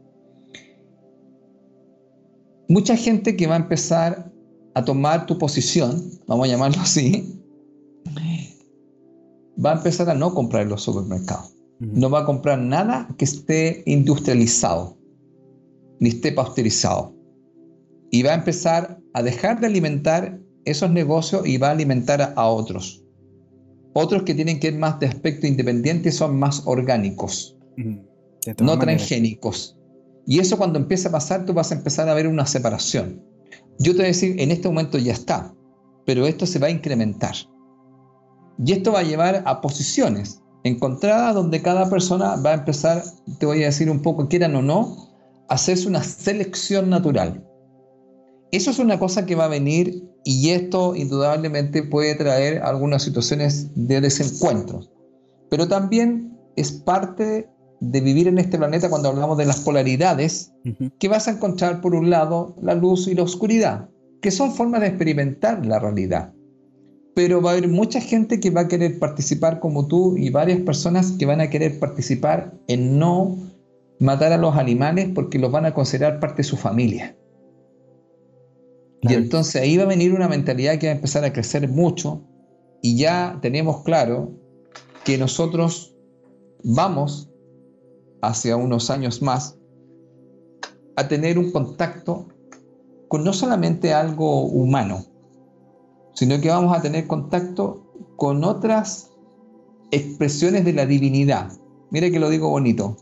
Mucha gente que va a empezar a tomar tu posición, vamos a llamarlo así, va a empezar a no comprar en los supermercados. Uh-huh. No va a comprar nada que esté industrializado, ni esté pasteurizado. Y va a empezar a dejar de alimentar esos negocios y va a alimentar a, a otros. Otros que tienen que ir más de aspecto independiente son más orgánicos, uh-huh. no transgénicos. Y eso cuando empieza a pasar, tú vas a empezar a ver una separación. Yo te voy a decir, en este momento ya está, pero esto se va a incrementar. Y esto va a llevar a posiciones encontradas donde cada persona va a empezar, te voy a decir un poco, quieran o no, a hacerse una selección natural. Eso es una cosa que va a venir y esto indudablemente puede traer algunas situaciones de desencuentros. Pero también es parte de vivir en este planeta cuando hablamos de las polaridades, uh-huh. que vas a encontrar por un lado la luz y la oscuridad, que son formas de experimentar la realidad. Pero va a haber mucha gente que va a querer participar como tú y varias personas que van a querer participar en no matar a los animales porque los van a considerar parte de su familia. Claro. Y entonces ahí va a venir una mentalidad que va a empezar a crecer mucho y ya tenemos claro que nosotros vamos hacia unos años más a tener un contacto con no solamente algo humano, sino que vamos a tener contacto con otras expresiones de la divinidad. Mira que lo digo bonito.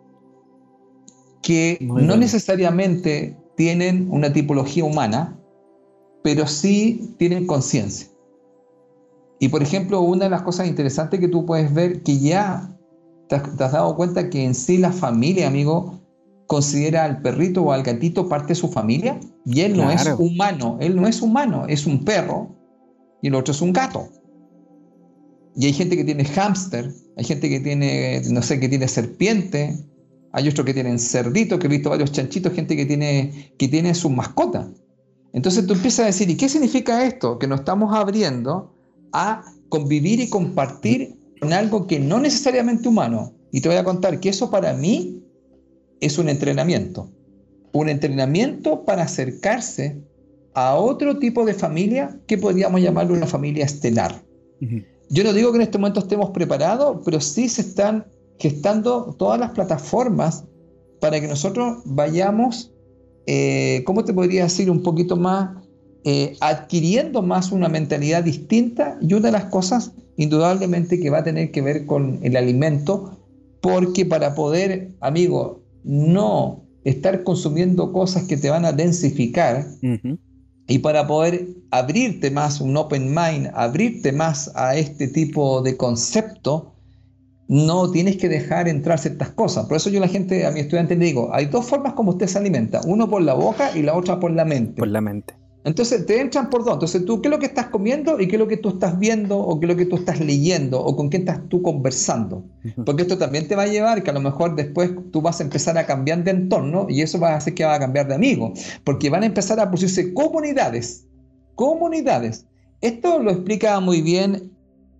Que Muy no bien. necesariamente tienen una tipología humana, pero sí tienen conciencia. Y por ejemplo, una de las cosas interesantes que tú puedes ver, que ya te has, te has dado cuenta que en sí la familia, amigo, considera al perrito o al gatito parte de su familia, y él claro. no es humano, él no es humano, es un perro, y el otro es un gato. Y hay gente que tiene hámster, hay gente que tiene, no sé, que tiene serpiente, hay otros que tienen cerdito, que he visto varios chanchitos, gente que tiene, que tiene sus mascotas. Entonces tú empiezas a decir, ¿y qué significa esto? Que nos estamos abriendo a convivir y compartir con algo que no necesariamente humano. Y te voy a contar que eso para mí es un entrenamiento. un entrenamiento para acercarse a otro tipo de familia que podríamos llamarlo una familia estelar. Uh-huh. Yo no digo que en este momento estemos preparados, pero sí se están gestando todas las plataformas para que nosotros vayamos, eh, ¿cómo te podría decir? Un poquito más, eh, adquiriendo más una mentalidad distinta, y una de las cosas indudablemente que va a tener que ver con el alimento, porque para poder, amigo, no estar consumiendo cosas que te van a densificar, uh-huh. y para poder abrirte más, un open mind, abrirte más a este tipo de concepto, no tienes que dejar entrar ciertas cosas. Por eso yo a la gente, a mi estudiante le digo, hay dos formas como usted se alimenta, uno por la boca y la otra por la mente. Por la mente. Entonces te entran por dos. Entonces tú, ¿qué es lo que estás comiendo y qué es lo que tú estás viendo o qué es lo que tú estás leyendo o con quién estás tú conversando? Uh-huh. Porque esto también te va a llevar que a lo mejor después tú vas a empezar a cambiar de entorno y eso va a hacer que va a cambiar de amigo, porque van a empezar a producirse comunidades, comunidades. Esto lo explica muy bien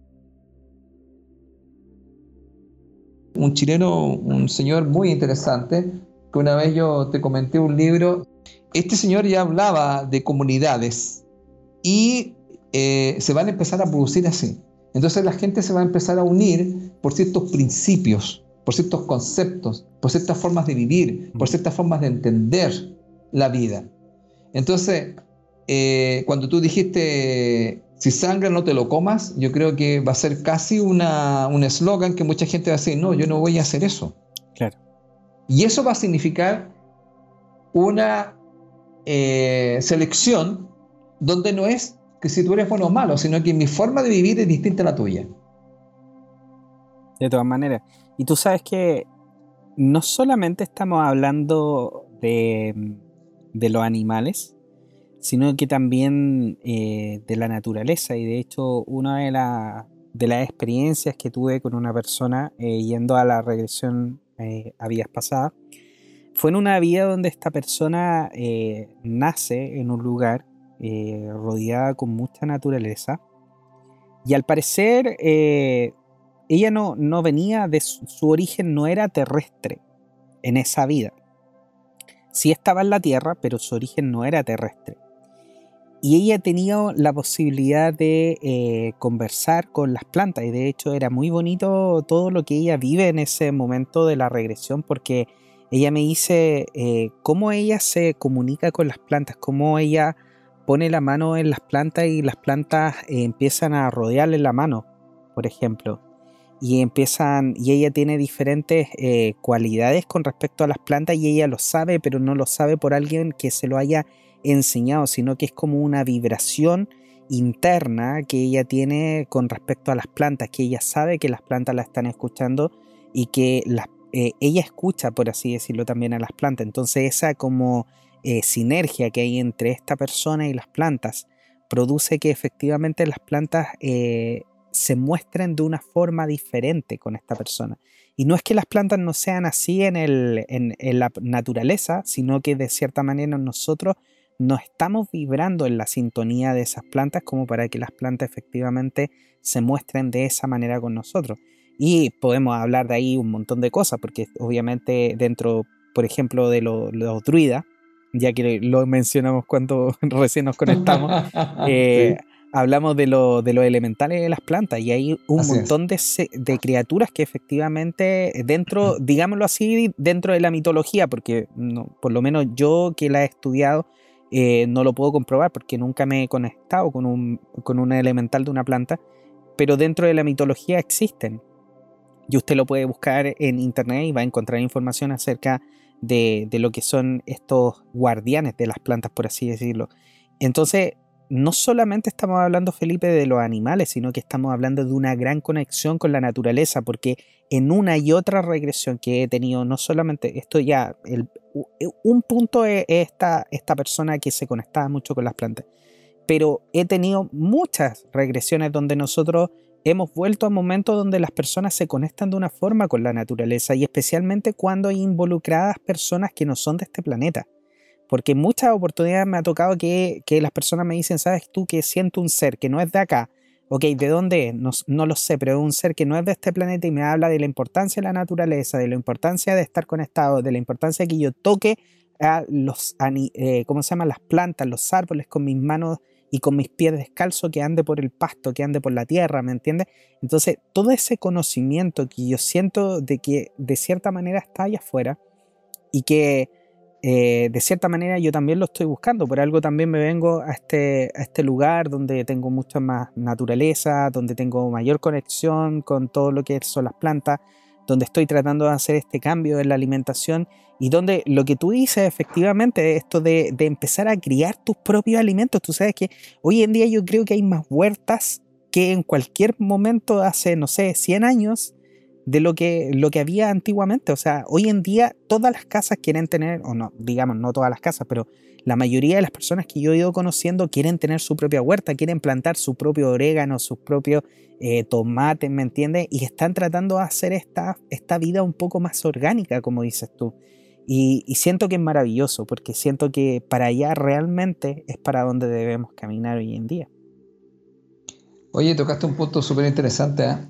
un chileno, un señor muy interesante, que una vez yo te comenté un libro. Este señor ya hablaba de comunidades y eh, se van a empezar a producir así. Entonces la gente se va a empezar a unir por ciertos principios, por ciertos conceptos, por ciertas formas de vivir, por ciertas formas de entender la vida. Entonces, eh, cuando tú dijiste, si sangra no te lo comas, yo creo que va a ser casi una, un eslogan que mucha gente va a decir, no, yo no voy a hacer eso. Claro. Y eso va a significar una eh, selección donde no es que si tú eres bueno o malo, sino que mi forma de vivir es distinta a la tuya. De todas maneras. Y tú sabes que no solamente estamos hablando de, de los animales, sino que también eh, de la naturaleza. Y de hecho, una de, la, de las experiencias que tuve con una persona eh, yendo a la regresión eh, a vidas pasadas, fue en una vida donde esta persona eh, nace en un lugar eh, rodeada con mucha naturaleza, y al parecer eh, ella no, no venía de su, su origen no era terrestre en esa vida. Sí estaba en la tierra, pero su origen no era terrestre. Y ella tenía la posibilidad de eh, conversar con las plantas, y de hecho era muy bonito todo lo que ella vive en ese momento de la regresión, porque ella me dice eh, cómo ella se comunica con las plantas, cómo ella pone la mano en las plantas y las plantas eh, empiezan a rodearle la mano, por ejemplo. Y empiezan, y ella tiene diferentes eh, cualidades con respecto a las plantas, y ella lo sabe, pero no lo sabe por alguien que se lo haya enseñado, sino que es como una vibración interna que ella tiene con respecto a las plantas, que ella sabe que las plantas la están escuchando y que las, eh, ella escucha, por así decirlo, también a las plantas. Entonces esa como eh, sinergia que hay entre esta persona y las plantas produce que efectivamente las plantas eh, se muestren de una forma diferente con esta persona. Y no es que las plantas no sean así en, el, en, en la naturaleza, sino que de cierta manera nosotros nos estamos vibrando en la sintonía de esas plantas como para que las plantas efectivamente se muestren de esa manera con nosotros. Y podemos hablar de ahí un montón de cosas, porque obviamente dentro, por ejemplo, de lo, los druidas, ya que lo mencionamos cuando recién nos conectamos, eh, sí. Hablamos de, lo, de los elementales de las plantas, y hay un así montón de, de criaturas que efectivamente dentro, digámoslo así, dentro de la mitología, porque no, por lo menos yo que la he estudiado, Eh, no lo puedo comprobar porque nunca me he conectado con un, con un elemental de una planta, pero dentro de la mitología existen, y usted lo puede buscar en internet y va a encontrar información acerca de, de lo que son estos guardianes de las plantas, por así decirlo. Entonces no solamente estamos hablando, Felipe, de los animales, sino que estamos hablando de una gran conexión con la naturaleza, porque en una y otra regresión que he tenido, no solamente esto ya, el, un punto es esta, esta persona que se conectaba mucho con las plantas, pero he tenido muchas regresiones donde nosotros hemos vuelto a momentos donde las personas se conectan de una forma con la naturaleza, y especialmente cuando hay involucradas personas que no son de este planeta. Porque en muchas oportunidades me ha tocado que, que las personas me dicen, ¿sabes tú que siento un ser que no es de acá? Ok, ¿de dónde es? No, no lo sé, pero es un ser que no es de este planeta, y me habla de la importancia de la naturaleza, de la importancia de estar conectado, de la importancia de que yo toque a los, eh, ¿cómo se llama? Las plantas, los árboles con mis manos y con mis pies descalzos, que ande por el pasto, que ande por la tierra, ¿me entiendes? Entonces, todo ese conocimiento que yo siento de que de cierta manera está allá afuera y que eh, de cierta manera yo también lo estoy buscando, por algo también me vengo a este, a este lugar donde tengo mucha más naturaleza, donde tengo mayor conexión con todo lo que son las plantas, donde estoy tratando de hacer este cambio en la alimentación y donde lo que tú dices efectivamente, esto de, de empezar a criar tus propios alimentos. Tú sabes que hoy en día yo creo que hay más huertas que en cualquier momento hace, no sé, cien años de lo que, lo que había antiguamente. O sea, hoy en día todas las casas quieren tener, o no, digamos, no todas las casas, pero la mayoría de las personas que yo he ido conociendo quieren tener su propia huerta, quieren plantar su propio orégano, sus propios eh, tomates, ¿me entiendes? Y están tratando de hacer esta, esta vida un poco más orgánica, como dices tú. Y, y siento que es maravilloso, porque siento que para allá realmente es para donde debemos caminar hoy en día. Oye, tocaste un punto súper interesante, ¿eh?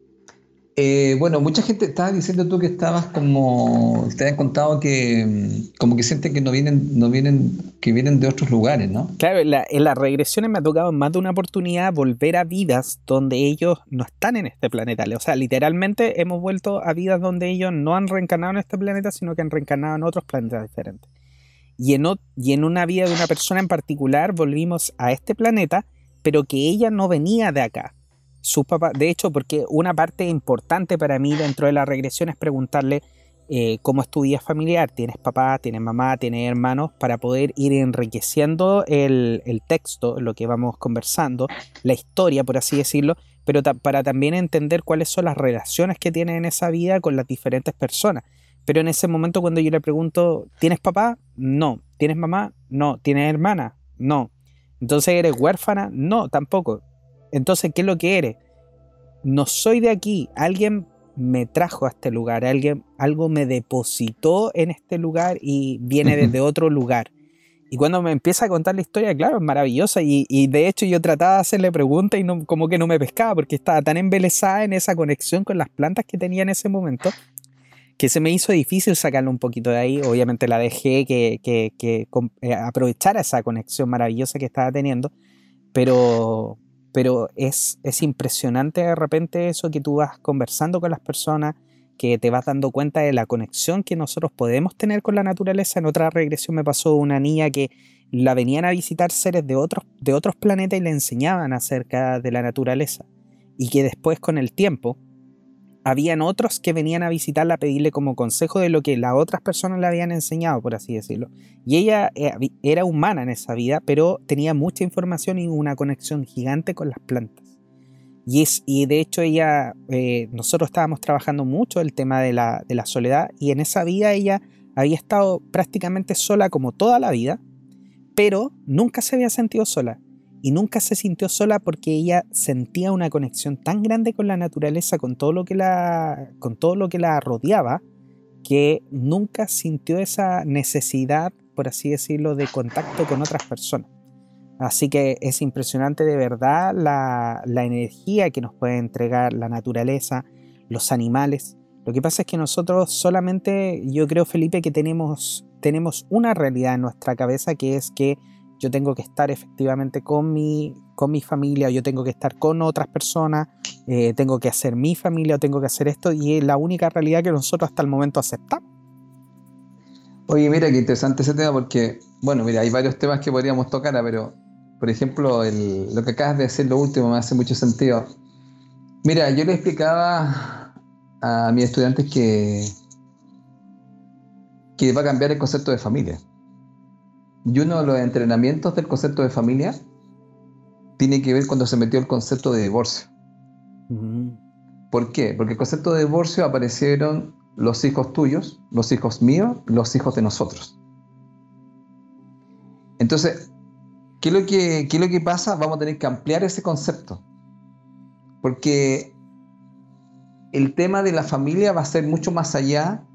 Eh, bueno, mucha gente estaba diciendo tú que estabas como, te habían contado que mm, como que sienten que no vienen, no vienen, que vienen de otros lugares, ¿no? Claro, en, la, en las regresiones me ha tocado en más de una oportunidad volver a vidas donde ellos no están en este planeta. O sea, literalmente hemos vuelto a vidas donde ellos no han reencarnado en este planeta, sino que han reencarnado en otros planetas diferentes. Y en, y en una vida de una persona en particular volvimos a este planeta, pero que ella no venía de acá. Sus papás, de hecho, porque una parte importante para mí dentro de la regresión es preguntarle eh, cómo es tu vida familiar. ¿Tienes papá, tienes mamá, tienes hermanos? Para poder ir enriqueciendo el, el texto, lo que vamos conversando, la historia, por así decirlo, pero ta- para también entender cuáles son las relaciones que tienen en esa vida con las diferentes personas. Pero en ese momento cuando yo le pregunto, ¿tienes papá? No. ¿Tienes mamá? No. ¿Tienes hermana? No. Entonces, ¿eres huérfana? No, tampoco. Entonces, ¿qué es lo que eres? No soy de aquí. Alguien me trajo a este lugar. Alguien, algo me depositó en este lugar y viene desde otro lugar. Y cuando me empieza a contar la historia, claro, es maravillosa. Y, y de hecho yo trataba de hacerle preguntas y no, como que no me pescaba porque estaba tan embelesada en esa conexión con las plantas que tenía en ese momento que se me hizo difícil sacarlo un poquito de ahí. Obviamente la dejé que, que, que eh, aprovechara esa conexión maravillosa que estaba teniendo, pero, pero es, es impresionante de repente eso que tú vas conversando con las personas, que te vas dando cuenta de la conexión que nosotros podemos tener con la naturaleza. En otra regresión me pasó una niña que la venían a visitar seres de otros, de otros planetas y le enseñaban acerca de la naturaleza, y que después con el tiempo habían otros que venían a visitarla a pedirle como consejo de lo que las otras personas le habían enseñado, por así decirlo. Y ella era humana en esa vida, pero tenía mucha información y una conexión gigante con las plantas. Y, es, y de hecho ella, eh, nosotros estábamos trabajando mucho el tema de la, de la soledad, y en esa vida ella había estado prácticamente sola como toda la vida, pero nunca se había sentido sola. Y nunca se sintió sola porque ella sentía una conexión tan grande con la naturaleza, con todo lo que la, con todo lo que la rodeaba, que nunca sintió esa necesidad, por así decirlo, de contacto con otras personas. Así que es impresionante de verdad la, la energía que nos puede entregar la naturaleza, los animales. Lo que pasa es que nosotros solamente, yo creo, Felipe, que tenemos, tenemos una realidad en nuestra cabeza, que es que yo tengo que estar efectivamente con mi, con mi familia, o yo tengo que estar con otras personas, eh, tengo que hacer mi familia, o tengo que hacer esto, y es la única realidad que nosotros hasta el momento aceptamos. Oye, mira, qué interesante ese tema porque, bueno, mira, hay varios temas que podríamos tocar, pero, por ejemplo, el, lo que acabas de decir, lo último, me hace mucho sentido. Mira, yo le explicaba a mis estudiantes que, que va a cambiar el concepto de familia. Y uno de los entrenamientos del concepto de familia tiene que ver cuando se metió el concepto de divorcio. Uh-huh. ¿Por qué? Porque el concepto de divorcio aparecieron los hijos tuyos, los hijos míos, los hijos de nosotros. Entonces, ¿qué es lo que, qué es lo que pasa? Vamos a tener que ampliar ese concepto. Porque el tema de la familia va a ser mucho más allá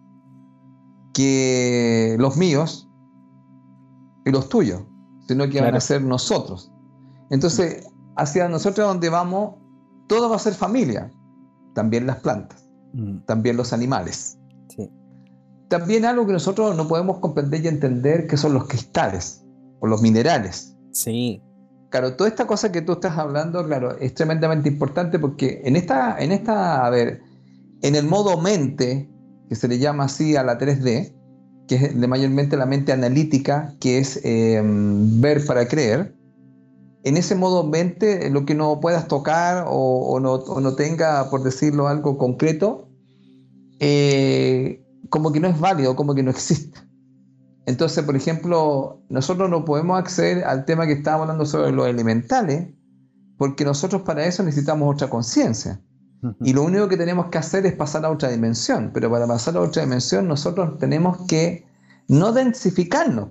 que los míos y los tuyos, sino que claro, van a ser nosotros. Entonces, hacia nosotros donde vamos, todo va a ser familia. También las plantas, mm. también los animales. Sí. también algo que nosotros no podemos comprender y entender, que son los cristales o los minerales. Sí. Claro, toda esta cosa que tú estás hablando, claro, es tremendamente importante porque en esta, en esta, a ver, en el modo mente, que se le llama así a la tres D, que es de mayormente la mente analítica, que es eh, ver para creer, en ese modo mente, lo que no puedas tocar o, o, no, o no tenga, por decirlo, algo concreto, eh, como que no es válido, como que no existe. Entonces, por ejemplo, nosotros no podemos acceder al tema que estábamos hablando sobre los elementales, porque nosotros para eso necesitamos otra conciencia. Uh-huh. Y lo único que tenemos que hacer es pasar a otra dimensión. Pero para pasar a otra dimensión, nosotros tenemos que no densificarnos.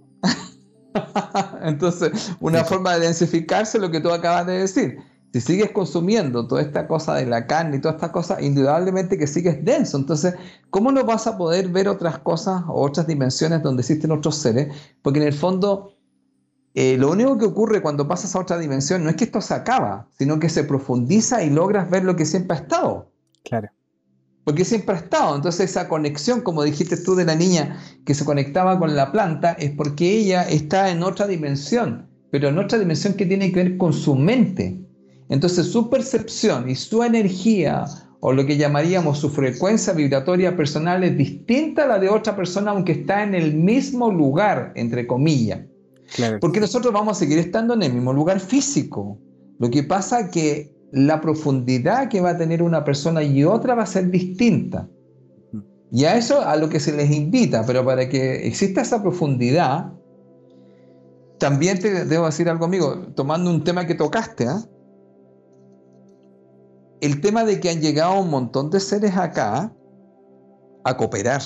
Entonces, una sí. forma de densificarse es lo que tú acabas de decir. Si sigues consumiendo toda esta cosa de la carne y todas estas cosas, indudablemente que sigues denso. Entonces, ¿cómo no vas a poder ver otras cosas o otras dimensiones donde existen otros seres? Porque en el fondo, eh, lo único que ocurre cuando pasas a otra dimensión no es que esto se acaba, sino que se profundiza y logras ver lo que siempre ha estado. Claro. Porque siempre ha estado. Entonces, esa conexión, como dijiste tú de la niña que se conectaba con la planta, es porque ella está en otra dimensión, pero en otra dimensión que tiene que ver con su mente. Entonces su percepción y su energía, o lo que llamaríamos su frecuencia vibratoria personal, es distinta a la de otra persona, aunque está en el mismo lugar, entre comillas. Claro. Porque nosotros vamos a seguir estando en el mismo lugar físico. Lo que pasa es que la profundidad que va a tener una persona y otra va a ser distinta. Y a eso a lo que se les invita, pero para que exista esa profundidad, también te debo decir algo, amigo, tomando un tema que tocaste, ¿eh? El tema de que han llegado un montón de seres acá a cooperar.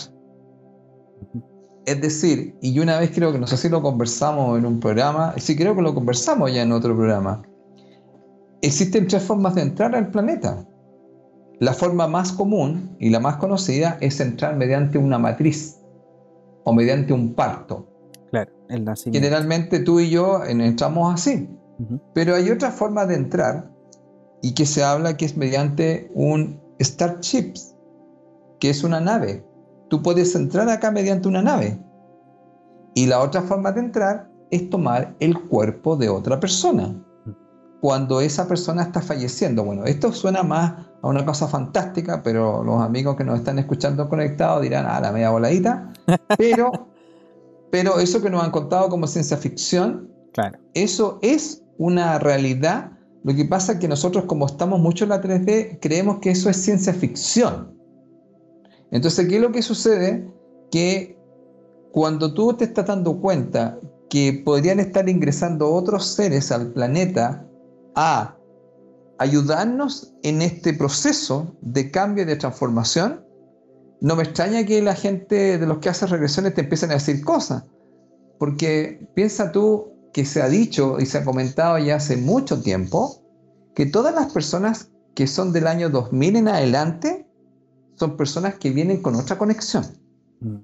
Es decir, y una vez creo que no sé si lo conversamos en un programa, sí creo que lo conversamos ya en otro programa, existen tres formas de entrar al planeta. La forma más común y la más conocida es entrar mediante una matriz o mediante un parto. Claro, el nacimiento. Generalmente tú y yo entramos así, uh-huh. Pero hay otra forma de entrar y que se habla que es mediante un Starship, que es una nave. Tú puedes entrar acá mediante una nave. Y la otra forma de entrar es tomar el cuerpo de otra persona. Cuando esa persona está falleciendo. Bueno, esto suena más a una cosa fantástica, pero los amigos que nos están escuchando conectados dirán, ah, la media voladita. Pero, pero eso que nos han contado como ciencia ficción, claro. Eso es una realidad. Lo que pasa es que nosotros, como estamos mucho en la tres D, creemos que eso es ciencia ficción. Entonces, ¿qué es lo que sucede? Que cuando tú te estás dando cuenta que podrían estar ingresando otros seres al planeta a ayudarnos en este proceso de cambio y de transformación, no me extraña que la gente de los que hace regresiones te empiecen a decir cosas. Porque piensa tú que se ha dicho y se ha comentado ya hace mucho tiempo que todas las personas que son del año dos mil en adelante son personas que vienen con otra conexión. Mm.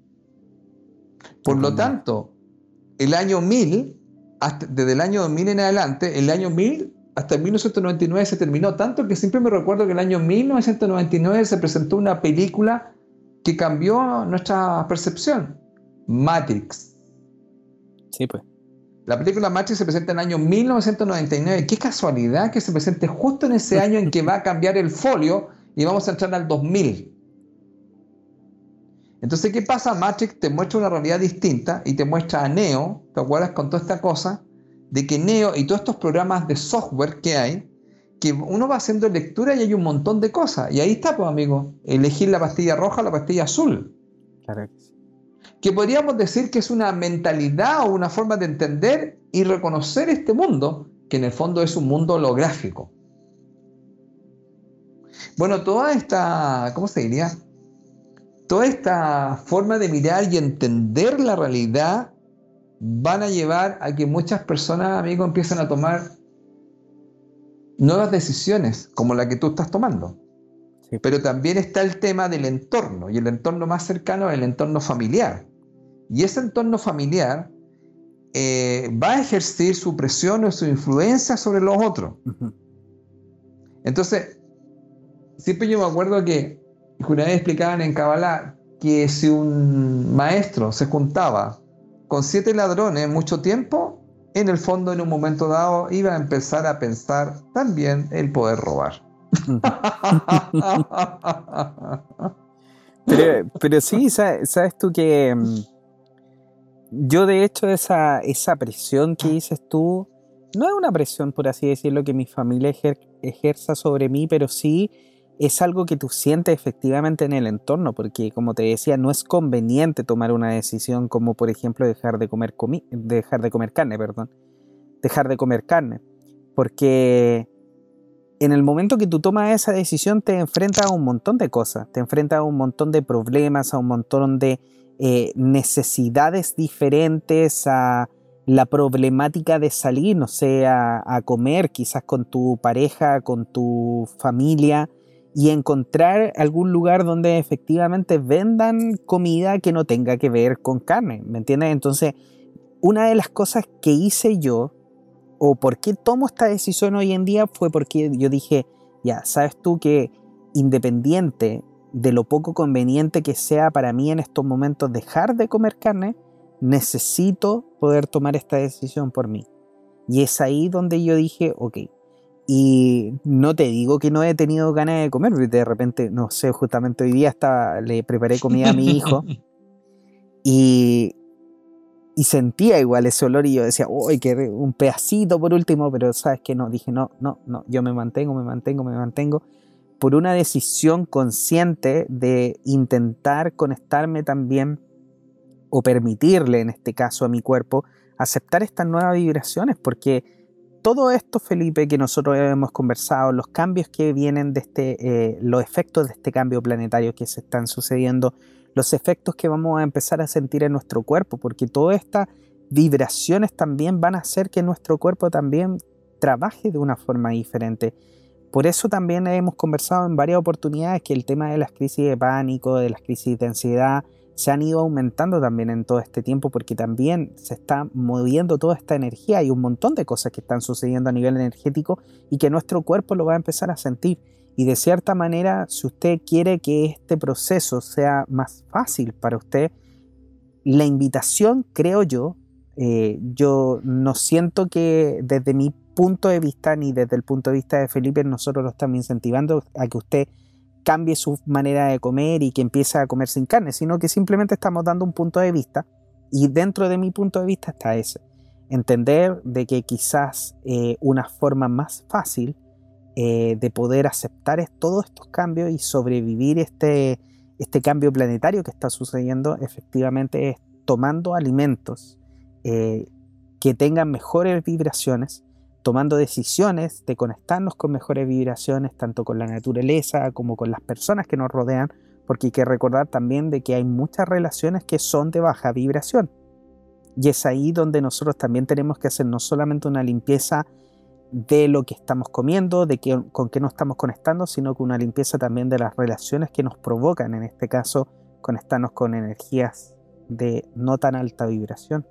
Por lo tanto, el año mil, hasta, desde el año dos mil en adelante, el año mil hasta mil novecientos noventa y nueve se terminó, tanto que siempre me recuerdo que el año mil novecientos noventa y nueve se presentó una película que cambió nuestra percepción, Matrix. Sí, pues. La película Matrix se presenta en el año mil novecientos noventa y nueve. Qué casualidad que se presente justo en ese año en que va a cambiar el folio y vamos a entrar al dos mil. Entonces, ¿qué pasa? Matrix te muestra una realidad distinta y te muestra a Neo, ¿te acuerdas con toda esta cosa? De que Neo y todos estos programas de software que hay, que uno va haciendo lectura y hay un montón de cosas. Y ahí está, pues, amigo, elegir la pastilla roja o la pastilla azul. Claro que sí. Que podríamos decir que es una mentalidad o una forma de entender y reconocer este mundo, que en el fondo es un mundo holográfico. Bueno, toda esta, ¿cómo se diría? Toda esta forma de mirar y entender la realidad van a llevar a que muchas personas, amigos, empiecen a tomar nuevas decisiones, como la que tú estás tomando. Sí. Pero también está el tema del entorno, y el entorno más cercano es el entorno familiar. Y ese entorno familiar eh, va a ejercer su presión o su influencia sobre los otros. Uh-huh. Entonces, siempre yo me acuerdo que una vez explicaban en Kabbalah que si un maestro se juntaba con siete ladrones mucho tiempo, en el fondo en un momento dado iba a empezar a pensar también el poder robar. pero, pero sí, sabes, sabes tú que um, yo de hecho esa, esa presión que dices tú, no es una presión por así decirlo que mi familia ejer, ejerza sobre mí, pero sí es algo que tú sientes efectivamente en el entorno, porque como te decía, no es conveniente tomar una decisión como por ejemplo dejar de comer, comi dejar de comer carne, perdón, dejar de comer carne, porque en el momento que tú tomas esa decisión te enfrentas a un montón de cosas, te enfrentas a un montón de problemas, a un montón de eh, necesidades diferentes, a la problemática de salir, no sé, a, a comer quizás con tu pareja, con tu familia, y encontrar algún lugar donde efectivamente vendan comida que no tenga que ver con carne, ¿me entiendes? Entonces, una de las cosas que hice yo, o por qué tomo esta decisión hoy en día, fue porque yo dije, ya, sabes tú que independiente de lo poco conveniente que sea para mí en estos momentos dejar de comer carne, necesito poder tomar esta decisión por mí. Y es ahí donde yo dije, ok. Y no te digo que no he tenido ganas de comer, de repente, no sé, justamente hoy día estaba, le preparé comida a mi hijo y, y sentía igual ese olor y yo decía, uy, que un pedacito por último, pero sabes que no, dije no, no, no, yo me mantengo, me mantengo, me mantengo por una decisión consciente de intentar conectarme también o permitirle en este caso a mi cuerpo aceptar estas nuevas vibraciones, porque todo esto, Felipe, que nosotros hemos conversado, los cambios que vienen de este, eh, los efectos de este cambio planetario que se están sucediendo, los efectos que vamos a empezar a sentir en nuestro cuerpo, porque todas estas vibraciones también van a hacer que nuestro cuerpo también trabaje de una forma diferente. Por eso también hemos conversado en varias oportunidades que el tema de las crisis de pánico, de las crisis de ansiedad, se han ido aumentando también en todo este tiempo porque también se está moviendo toda esta energía. Hay un montón de cosas que están sucediendo a nivel energético y que nuestro cuerpo lo va a empezar a sentir. Y de cierta manera, si usted quiere que este proceso sea más fácil para usted, la invitación, creo yo, eh, yo no siento que desde mi punto de vista ni desde el punto de vista de Felipe nosotros lo estamos incentivando a que usted cambie su manera de comer y que empiece a comer sin carne, sino que simplemente estamos dando un punto de vista y dentro de mi punto de vista está ese, entender de que quizás eh, una forma más fácil eh, de poder aceptar es, todos estos cambios y sobrevivir este, este cambio planetario que está sucediendo efectivamente es tomando alimentos eh, que tengan mejores vibraciones, tomando decisiones de conectarnos con mejores vibraciones, tanto con la naturaleza como con las personas que nos rodean, porque hay que recordar también de que hay muchas relaciones que son de baja vibración. Y es ahí donde nosotros también tenemos que hacer no solamente una limpieza de lo que estamos comiendo, de que, con qué nos estamos conectando, sino que una limpieza también de las relaciones que nos provocan, en este caso, conectarnos con energías de no tan alta vibración.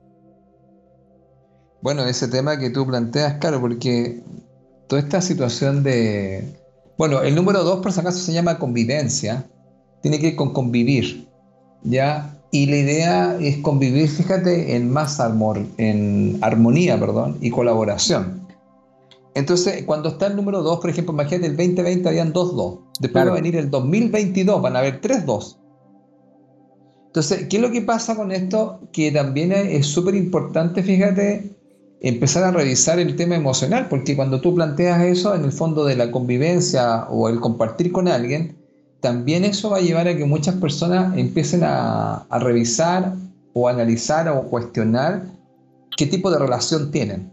Bueno, ese tema que tú planteas, claro, porque toda esta situación de... Bueno, el número dos, por si acaso, se llama convivencia. Tiene que ir con convivir, ¿ya? Y la idea es convivir, fíjate, en más amor, en armonía, perdón, y colaboración. Entonces, cuando está el número dos, por ejemplo, imagínate, el veinte veinte habían dos dos. Después claro. Va a venir el dos mil veintidós, van a haber tres dos. Entonces, ¿qué es lo que pasa con esto? Que también es súper importante, fíjate, empezar a revisar el tema emocional, porque cuando tú planteas eso, en el fondo de la convivencia o el compartir con alguien, también eso va a llevar a que muchas personas empiecen a, a revisar o analizar o cuestionar qué tipo de relación tienen.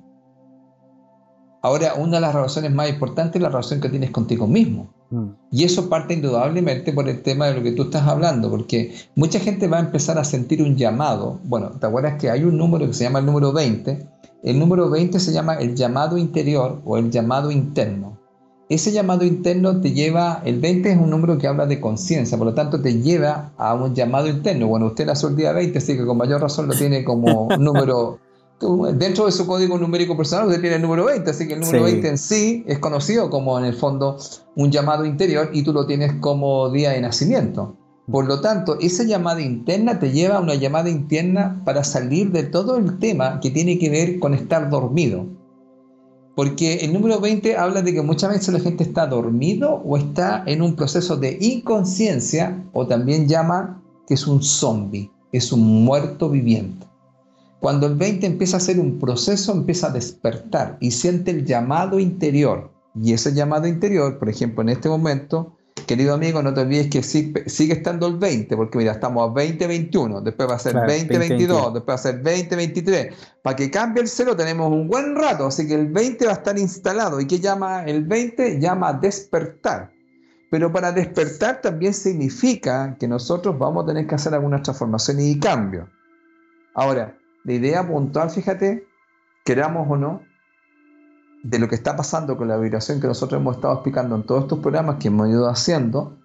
Ahora, una de las relaciones más importantes es la relación que tienes contigo mismo. Mm. Y eso parte indudablemente por el tema de lo que tú estás hablando, porque mucha gente va a empezar a sentir un llamado. Bueno, ¿te acuerdas que hay un número que se llama el número veinte? El número veinte se llama el llamado interior o el llamado interno. Ese llamado interno te lleva, el veinte es un número que habla de conciencia, por lo tanto te lleva a un llamado interno. Bueno, usted nació el día veinte, así que con mayor razón lo tiene como número, dentro de su código numérico personal usted tiene el número veinte, así que el número sí. veinte en sí es conocido como en el fondo un llamado interior y tú lo tienes como día de nacimiento. Por lo tanto, esa llamada interna te lleva a una llamada interna para salir de todo el tema que tiene que ver con estar dormido. Porque el número veinte habla de que muchas veces la gente está dormido o está en un proceso de inconsciencia, o también llama que es un zombie, es un muerto viviente. Cuando el veinte empieza a hacer un proceso, empieza a despertar y siente el llamado interior. Y ese llamado interior, por ejemplo, en este momento, querido amigo, no te olvides que sigue, sigue estando el veinte, porque mira, estamos a veinte veintiuno, después va a ser claro, veinte veintidós, después va a ser veinte veintitrés. Para que cambie el cero tenemos un buen rato, así que el veinte va a estar instalado. ¿Y qué llama el veinte? Llama a despertar. Pero para despertar también significa que nosotros vamos a tener que hacer algunas transformaciones y cambios. Ahora, la idea puntual, fíjate, queramos o no, de lo que está pasando con la vibración que nosotros hemos estado explicando en todos estos programas que hemos ido haciendo,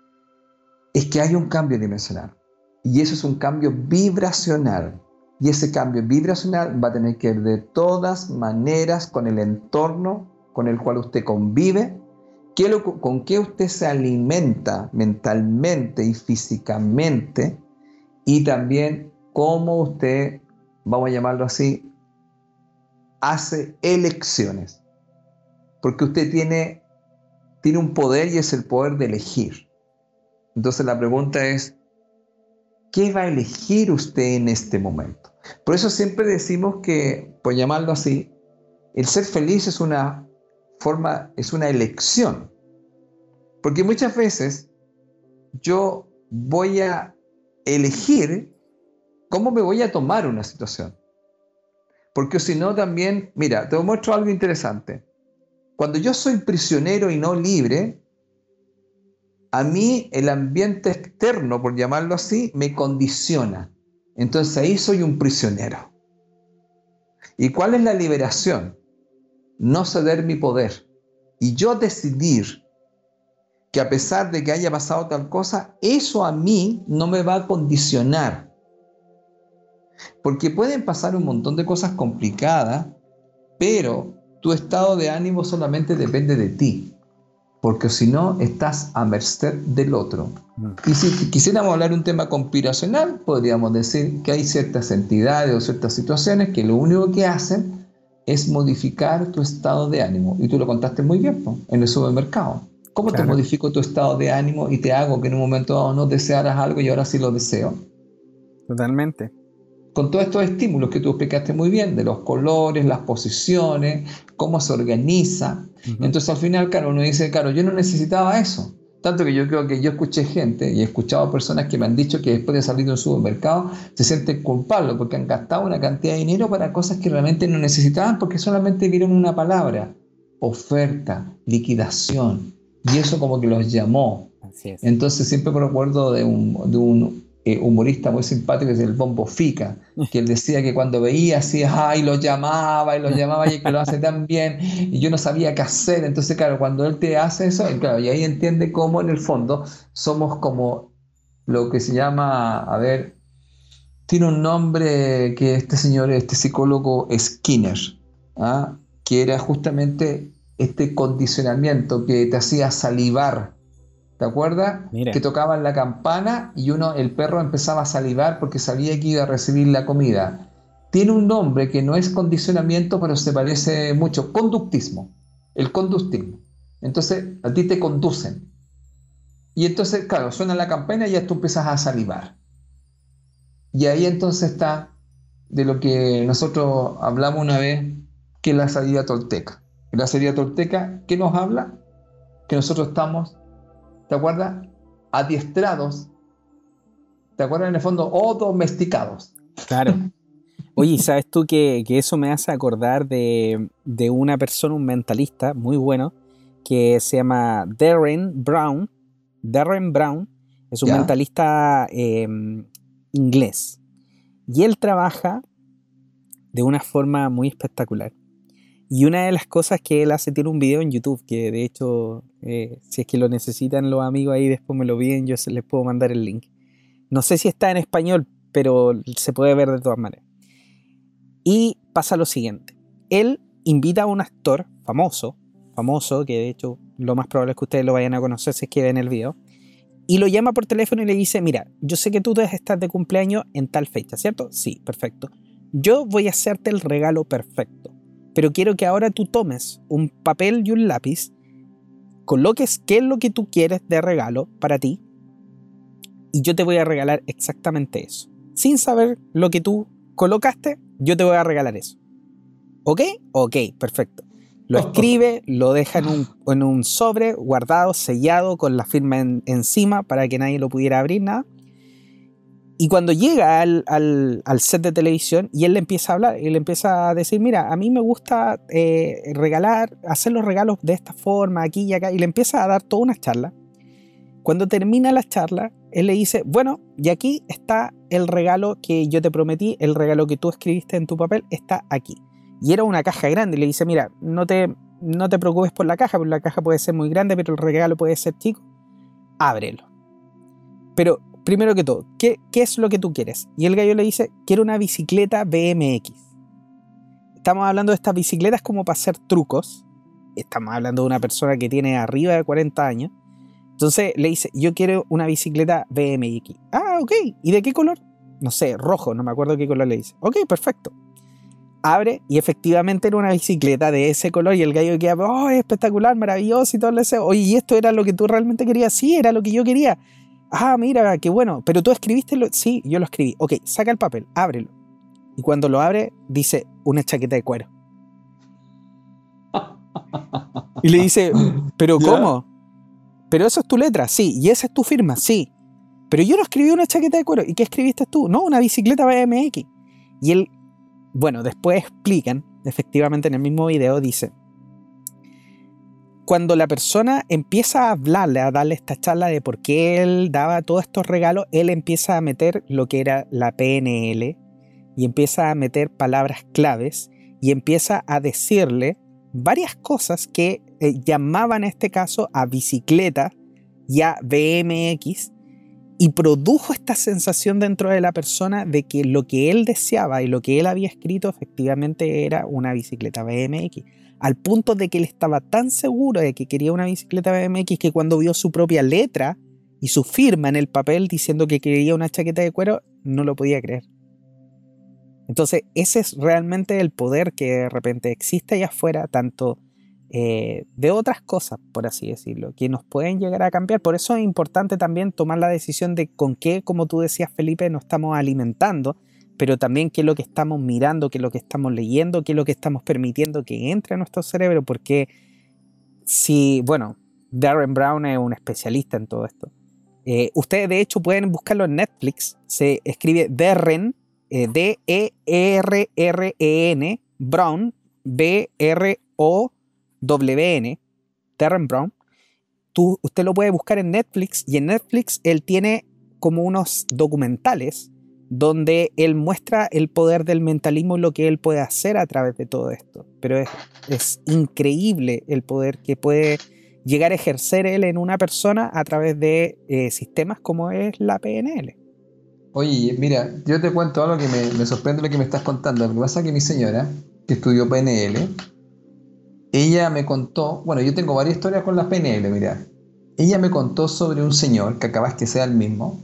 es que hay un cambio dimensional. Y eso es un cambio vibracional. Y ese cambio vibracional va a tener que ver de todas maneras con el entorno con el cual usted convive, qué lo, con qué usted se alimenta mentalmente y físicamente, y también cómo usted, vamos a llamarlo así, hace elecciones. Porque usted tiene, tiene un poder, y es el poder de elegir. Entonces la pregunta es, ¿qué va a elegir usted en este momento? Por eso siempre decimos que, por llamarlo así, el ser feliz es una forma, es una elección. Porque muchas veces yo voy a elegir cómo me voy a tomar una situación. Porque si no también, mira, te muestro algo interesante. Cuando yo soy prisionero y no libre, a mí el ambiente externo, por llamarlo así, me condiciona. Entonces ahí soy un prisionero. ¿Y cuál es la liberación? No ceder mi poder. Y yo decidir que a pesar de que haya pasado tal cosa, eso a mí no me va a condicionar. Porque pueden pasar un montón de cosas complicadas, pero tu estado de ánimo solamente depende de ti. Porque si no, estás a merced del otro. Y si quisiéramos hablar de un tema conspiracional, podríamos decir que hay ciertas entidades o ciertas situaciones que lo único que hacen es modificar tu estado de ánimo. Y tú lo contaste muy bien, ¿no? En el supermercado. ¿Cómo claro. te modifico tu estado de ánimo y te hago que en un momento dado no desearas algo y ahora sí lo deseo? Totalmente. Con todos estos estímulos que tú explicaste muy bien, de los colores, las posiciones, cómo se organiza. Uh-huh. Entonces al final, claro, uno dice, claro, yo no necesitaba eso. Tanto que yo creo que yo escuché gente y he escuchado personas que me han dicho que después de salir de un supermercado se sienten culpables porque han gastado una cantidad de dinero para cosas que realmente no necesitaban porque solamente vieron una palabra: oferta, liquidación. Y eso como que los llamó. Así es. Entonces siempre me recuerdo de un... De un Eh, humorista muy simpático, que es el Bombo Fica, que él decía que cuando veía así, ay, lo llamaba y lo llamaba y que lo hace tan bien y yo no sabía qué hacer. Entonces, claro, cuando él te hace eso, y claro, y ahí entiende cómo en el fondo somos como lo que se llama, a ver, tiene un nombre que este señor, este psicólogo Skinner, ¿ah? que era justamente este condicionamiento que te hacía salivar. ¿Te acuerdas? Mira. Que tocaban la campana y uno, el perro empezaba a salivar porque sabía que iba a recibir la comida. Tiene un nombre que no es condicionamiento, pero se parece mucho. Conductismo. El conductismo. Entonces, a ti te conducen. Y entonces, claro, suena la campana y ya tú empiezas a salivar. Y ahí entonces está de lo que nosotros hablamos una vez, que es la salida tolteca. La salida tolteca, ¿qué nos habla? Que nosotros estamos... ¿Te acuerdas? Adiestrados. ¿Te acuerdas en el fondo? O domesticados. Claro. Oye, ¿sabes tú que, que eso me hace acordar de, de una persona, un mentalista muy bueno, que se llama Darren Brown? Darren Brown es un ¿Ya? mentalista eh, inglés. Y él trabaja de una forma muy espectacular. Y una de las cosas que él hace, tiene un video en YouTube, que de hecho, eh, si es que lo necesitan los amigos ahí, después me lo piden, yo se les puedo mandar el link. No sé si está en español, pero se puede ver de todas maneras. Y pasa lo siguiente. Él invita a un actor famoso, famoso, que de hecho lo más probable es que ustedes lo vayan a conocer si es que ven el video, y lo llama por teléfono y le dice, mira, yo sé que tú estás de cumpleaños en tal fecha, ¿cierto? Sí, perfecto. Yo voy a hacerte el regalo perfecto, pero quiero que ahora tú tomes un papel y un lápiz, coloques qué es lo que tú quieres de regalo para ti y yo te voy a regalar exactamente eso. Sin saber lo que tú colocaste, yo te voy a regalar eso. ¿Ok? Ok, perfecto. Lo escribe, lo deja en un, en un sobre guardado, sellado, con la firma en, encima para que nadie lo pudiera abrir, nada. Y cuando llega al, al, al set de televisión y él le empieza a hablar, y le empieza a decir, mira, a mí me gusta eh, regalar, hacer los regalos de esta forma, aquí y acá, y le empieza a dar toda una charla. Cuando termina la charla, él le dice, bueno, y aquí está el regalo que yo te prometí, el regalo que tú escribiste en tu papel, está aquí. Y era una caja grande, y le dice, mira, no te, no te preocupes por la caja, porque la caja puede ser muy grande, pero el regalo puede ser chico. Ábrelo. Pero, primero que todo, ¿qué, qué es lo que tú quieres? Y el gallo le dice, quiero una bicicleta B M X. Estamos hablando de estas bicicletas como para hacer trucos. Estamos hablando de una persona que tiene arriba de cuarenta años. Entonces le dice, yo quiero una bicicleta B M X. Ah, ok. ¿Y de qué color? No sé, rojo, no me acuerdo qué color le dice. Ok, perfecto. Abre y efectivamente era una bicicleta de ese color y el gallo queda, oh, es espectacular, maravilloso y todo eso. Oye, ¿y esto era lo que tú realmente querías? Sí, era lo que yo quería. Ah, mira, qué bueno. ¿Pero tú escribiste? Lo... Sí, yo lo escribí. Ok, saca el papel, ábrelo. Y cuando lo abre, dice una chaqueta de cuero. Y le dice, ¿pero ¿Ya? cómo? ¿Pero eso es tu letra? Sí. ¿Y esa es tu firma? Sí. Pero yo no escribí una chaqueta de cuero. ¿Y qué escribiste tú? No, una bicicleta B M X. Y él, bueno, después explican, efectivamente en el mismo video dice, cuando la persona empieza a hablarle, a darle esta charla de por qué él daba todos estos regalos, él empieza a meter lo que era la P N L y empieza a meter palabras claves y empieza a decirle varias cosas que eh, llamaban en este caso a bicicleta y a B M X, y produjo esta sensación dentro de la persona de que lo que él deseaba y lo que él había escrito efectivamente era una bicicleta B M X, al punto de que él estaba tan seguro de que quería una bicicleta B M X que cuando vio su propia letra y su firma en el papel diciendo que quería una chaqueta de cuero, no lo podía creer. Entonces ese es realmente el poder que de repente existe allá afuera, tanto eh, de otras cosas, por así decirlo, que nos pueden llegar a cambiar. Por eso es importante también tomar la decisión de con qué, como tú decías, Felipe, nos estamos alimentando, pero también qué es lo que estamos mirando, qué es lo que estamos leyendo, qué es lo que estamos permitiendo que entre a nuestro cerebro, porque si, bueno, Darren Brown es un especialista en todo esto. Eh, ustedes de hecho pueden buscarlo en Netflix, se escribe Darren, eh, D E R R E N, Brown, B R O W N, Darren Brown. Tú, usted lo puede buscar en Netflix y en Netflix él tiene como unos documentales donde él muestra el poder del mentalismo y lo que él puede hacer a través de todo esto. Pero es, es increíble el poder que puede llegar a ejercer él en una persona a través de eh, sistemas como es la P N L. Oye, mira, yo te cuento algo que me, me sorprende lo que me estás contando. Lo que pasa es que mi señora, que estudió P N L, ella me contó, bueno, yo tengo varias historias con las P N L, mira. Ella me contó sobre un señor, que capaz que sea el mismo,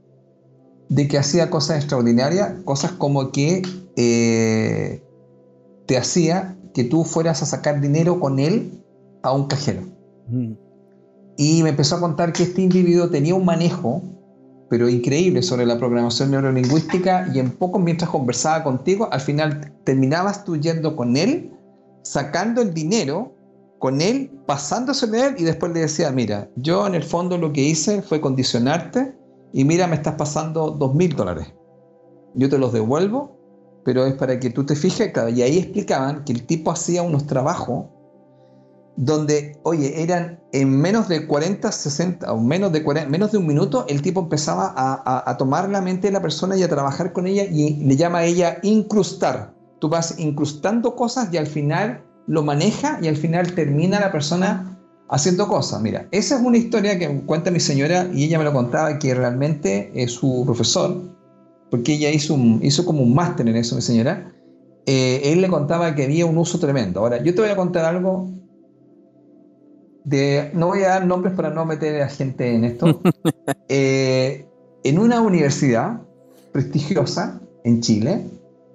de que hacía cosas extraordinarias, cosas como que eh, te hacía que tú fueras a sacar dinero con él a un cajero. Mm. Y me empezó a contar que este individuo tenía un manejo, pero increíble, sobre la programación neurolingüística, y en poco, mientras conversaba contigo, al final terminabas tú yendo con él, sacando el dinero con él, pasándoselo a él, y después le decía, mira, yo en el fondo lo que hice fue condicionarte, y mira, me estás pasando dos mil dólares. Yo te los devuelvo, pero es para que tú te fijes, claro, y ahí explicaban que el tipo hacía unos trabajos donde, oye, eran en menos de cuarenta, sesenta, o menos de cuarenta, menos de un minuto, el tipo empezaba a, a, a tomar la mente de la persona y a trabajar con ella, y le llama a ella incrustar. Tú vas incrustando cosas y al final lo maneja y al final termina la persona haciendo cosas. Mira, esa es una historia que cuenta mi señora y ella me lo contaba, que realmente es su profesor, porque ella hizo, un, hizo como un máster en eso, mi señora. Eh, él le contaba que había un uso tremendo. Ahora, yo te voy a contar algo de, no voy a dar nombres para no meter a gente en esto, eh, en una universidad prestigiosa en Chile,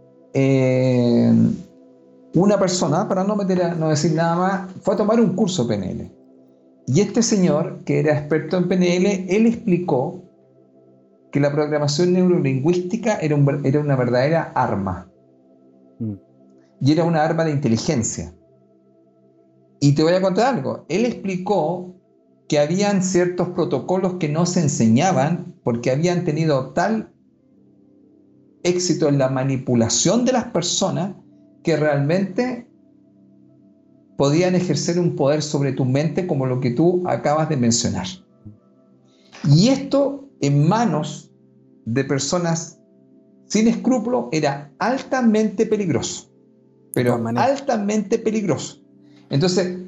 eh, una persona, para no, meter a, no decir nada más, fue a tomar un curso P N L. Y este señor, que era experto en P N L, él explicó que la programación neurolingüística era, un, era una verdadera arma. Mm. Y era una arma de inteligencia. Y te voy a contar algo. Él explicó que habían ciertos protocolos que no se enseñaban porque habían tenido tal éxito en la manipulación de las personas que realmente podían ejercer un poder sobre tu mente como lo que tú acabas de mencionar. Y esto en manos de personas sin escrúpulos era altamente peligroso, pero altamente peligroso. Entonces,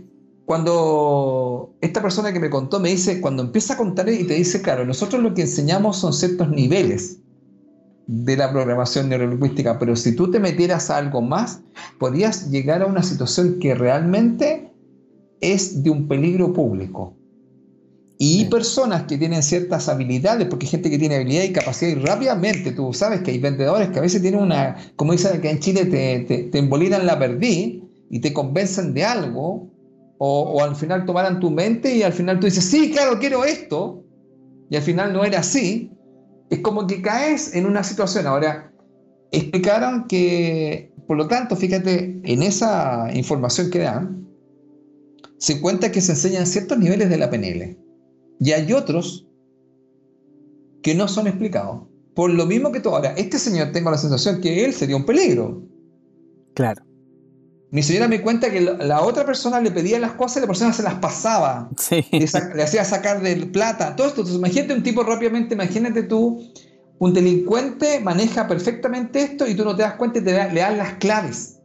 cuando esta persona que me contó me dice, cuando empieza a contar y te dice, claro, nosotros lo que enseñamos son ciertos niveles de la programación neurolingüística, pero si tú te metieras a algo más, podrías llegar a una situación que realmente es de un peligro público. Y sí. Personas que tienen ciertas habilidades, porque hay gente que tiene habilidad y capacidad y rápidamente, tú sabes que hay vendedores que a veces tienen una, como dicen acá en Chile, te, te, te embolinan la perdiz y te convencen de algo, o, o al final tomaran tu mente y al final tú dices, sí, claro, quiero esto, y al final no era así. Es como que caes en una situación. Ahora, explicaron que, por lo tanto, fíjate, en esa información que dan, se cuenta que se enseñan ciertos niveles de la P N L. Y hay otros que no son explicados. Por lo mismo que tú. Ahora, este señor, tengo la sensación que él sería un peligro. Claro. Mi señora me cuenta que la otra persona le pedía las cosas y la persona se las pasaba. Sí. Le, sac- le hacía sacar de plata. Todo esto. Entonces, imagínate un tipo rápidamente, imagínate tú, un delincuente maneja perfectamente esto y tú no te das cuenta y te da, le das las claves.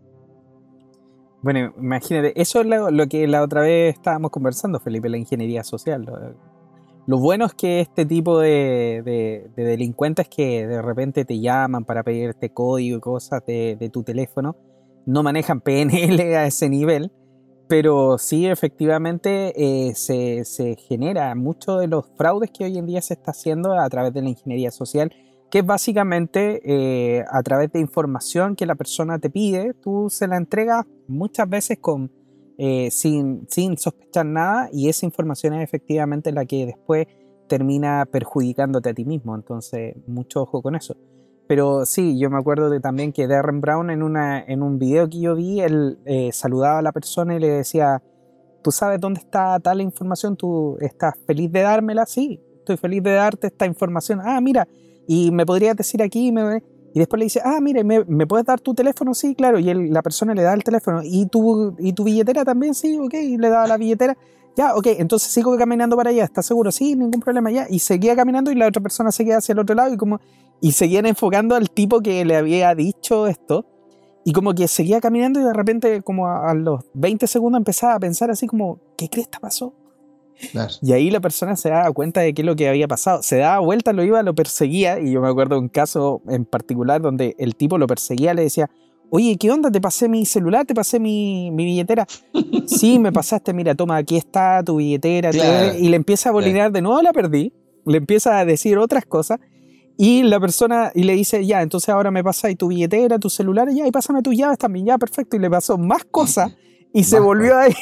Bueno, imagínate, eso es lo, lo que la otra vez estábamos conversando, Felipe, la ingeniería social. Lo, lo bueno es que este tipo de, de, de delincuentes que de repente te llaman para pedirte código y cosas de, de tu teléfono, no manejan P N L a ese nivel, pero sí efectivamente eh, se, se genera mucho de los fraudes que hoy en día se está haciendo a través de la ingeniería social, que es básicamente eh, a través de información que la persona te pide, tú se la entregas muchas veces con, eh, sin, sin sospechar nada, y esa información es efectivamente la que después termina perjudicándote a ti mismo. Entonces, mucho ojo con eso. Pero sí, yo me acuerdo de también que Derren Brown en, una, en un video que yo vi, él eh, saludaba a la persona y le decía, ¿tú sabes dónde está tal información? ¿Tú estás feliz de dármela? Sí, estoy feliz de darte esta información. Ah, mira, y me podrías decir aquí, me, y después le dice, ah, mire, ¿me, ¿me puedes dar tu teléfono? Sí, claro, y él, la persona le da el teléfono, ¿y tu, y tu billetera también? Sí, ok, y le daba la billetera, ya, ok, entonces sigo caminando para allá, ¿estás seguro? Sí, ningún problema, ya, y seguía caminando y la otra persona seguía hacia el otro lado y como, y seguían enfocando al tipo que le había dicho esto, y como que seguía caminando y de repente como a, a los veinte segundos empezaba a pensar así como, ¿qué cresta pasó? Claro. Y ahí la persona se daba cuenta de qué es lo que había pasado. Se daba vuelta, lo iba, lo perseguía. Y yo me acuerdo de un caso en particular donde el tipo lo perseguía, le decía, oye, ¿qué onda? Te pasé mi celular, te pasé mi, mi billetera. Sí, me pasaste, mira, toma, aquí está tu billetera. Claro. Y le empieza a bolinear, claro. De nuevo la perdí. Le empieza a decir otras cosas. Y la persona, y le dice, ya, entonces ahora me pasa tu billetera, tu celular, ya, y pásame tus llaves también, ya, perfecto. Y le pasó más cosas y se volvió a ir.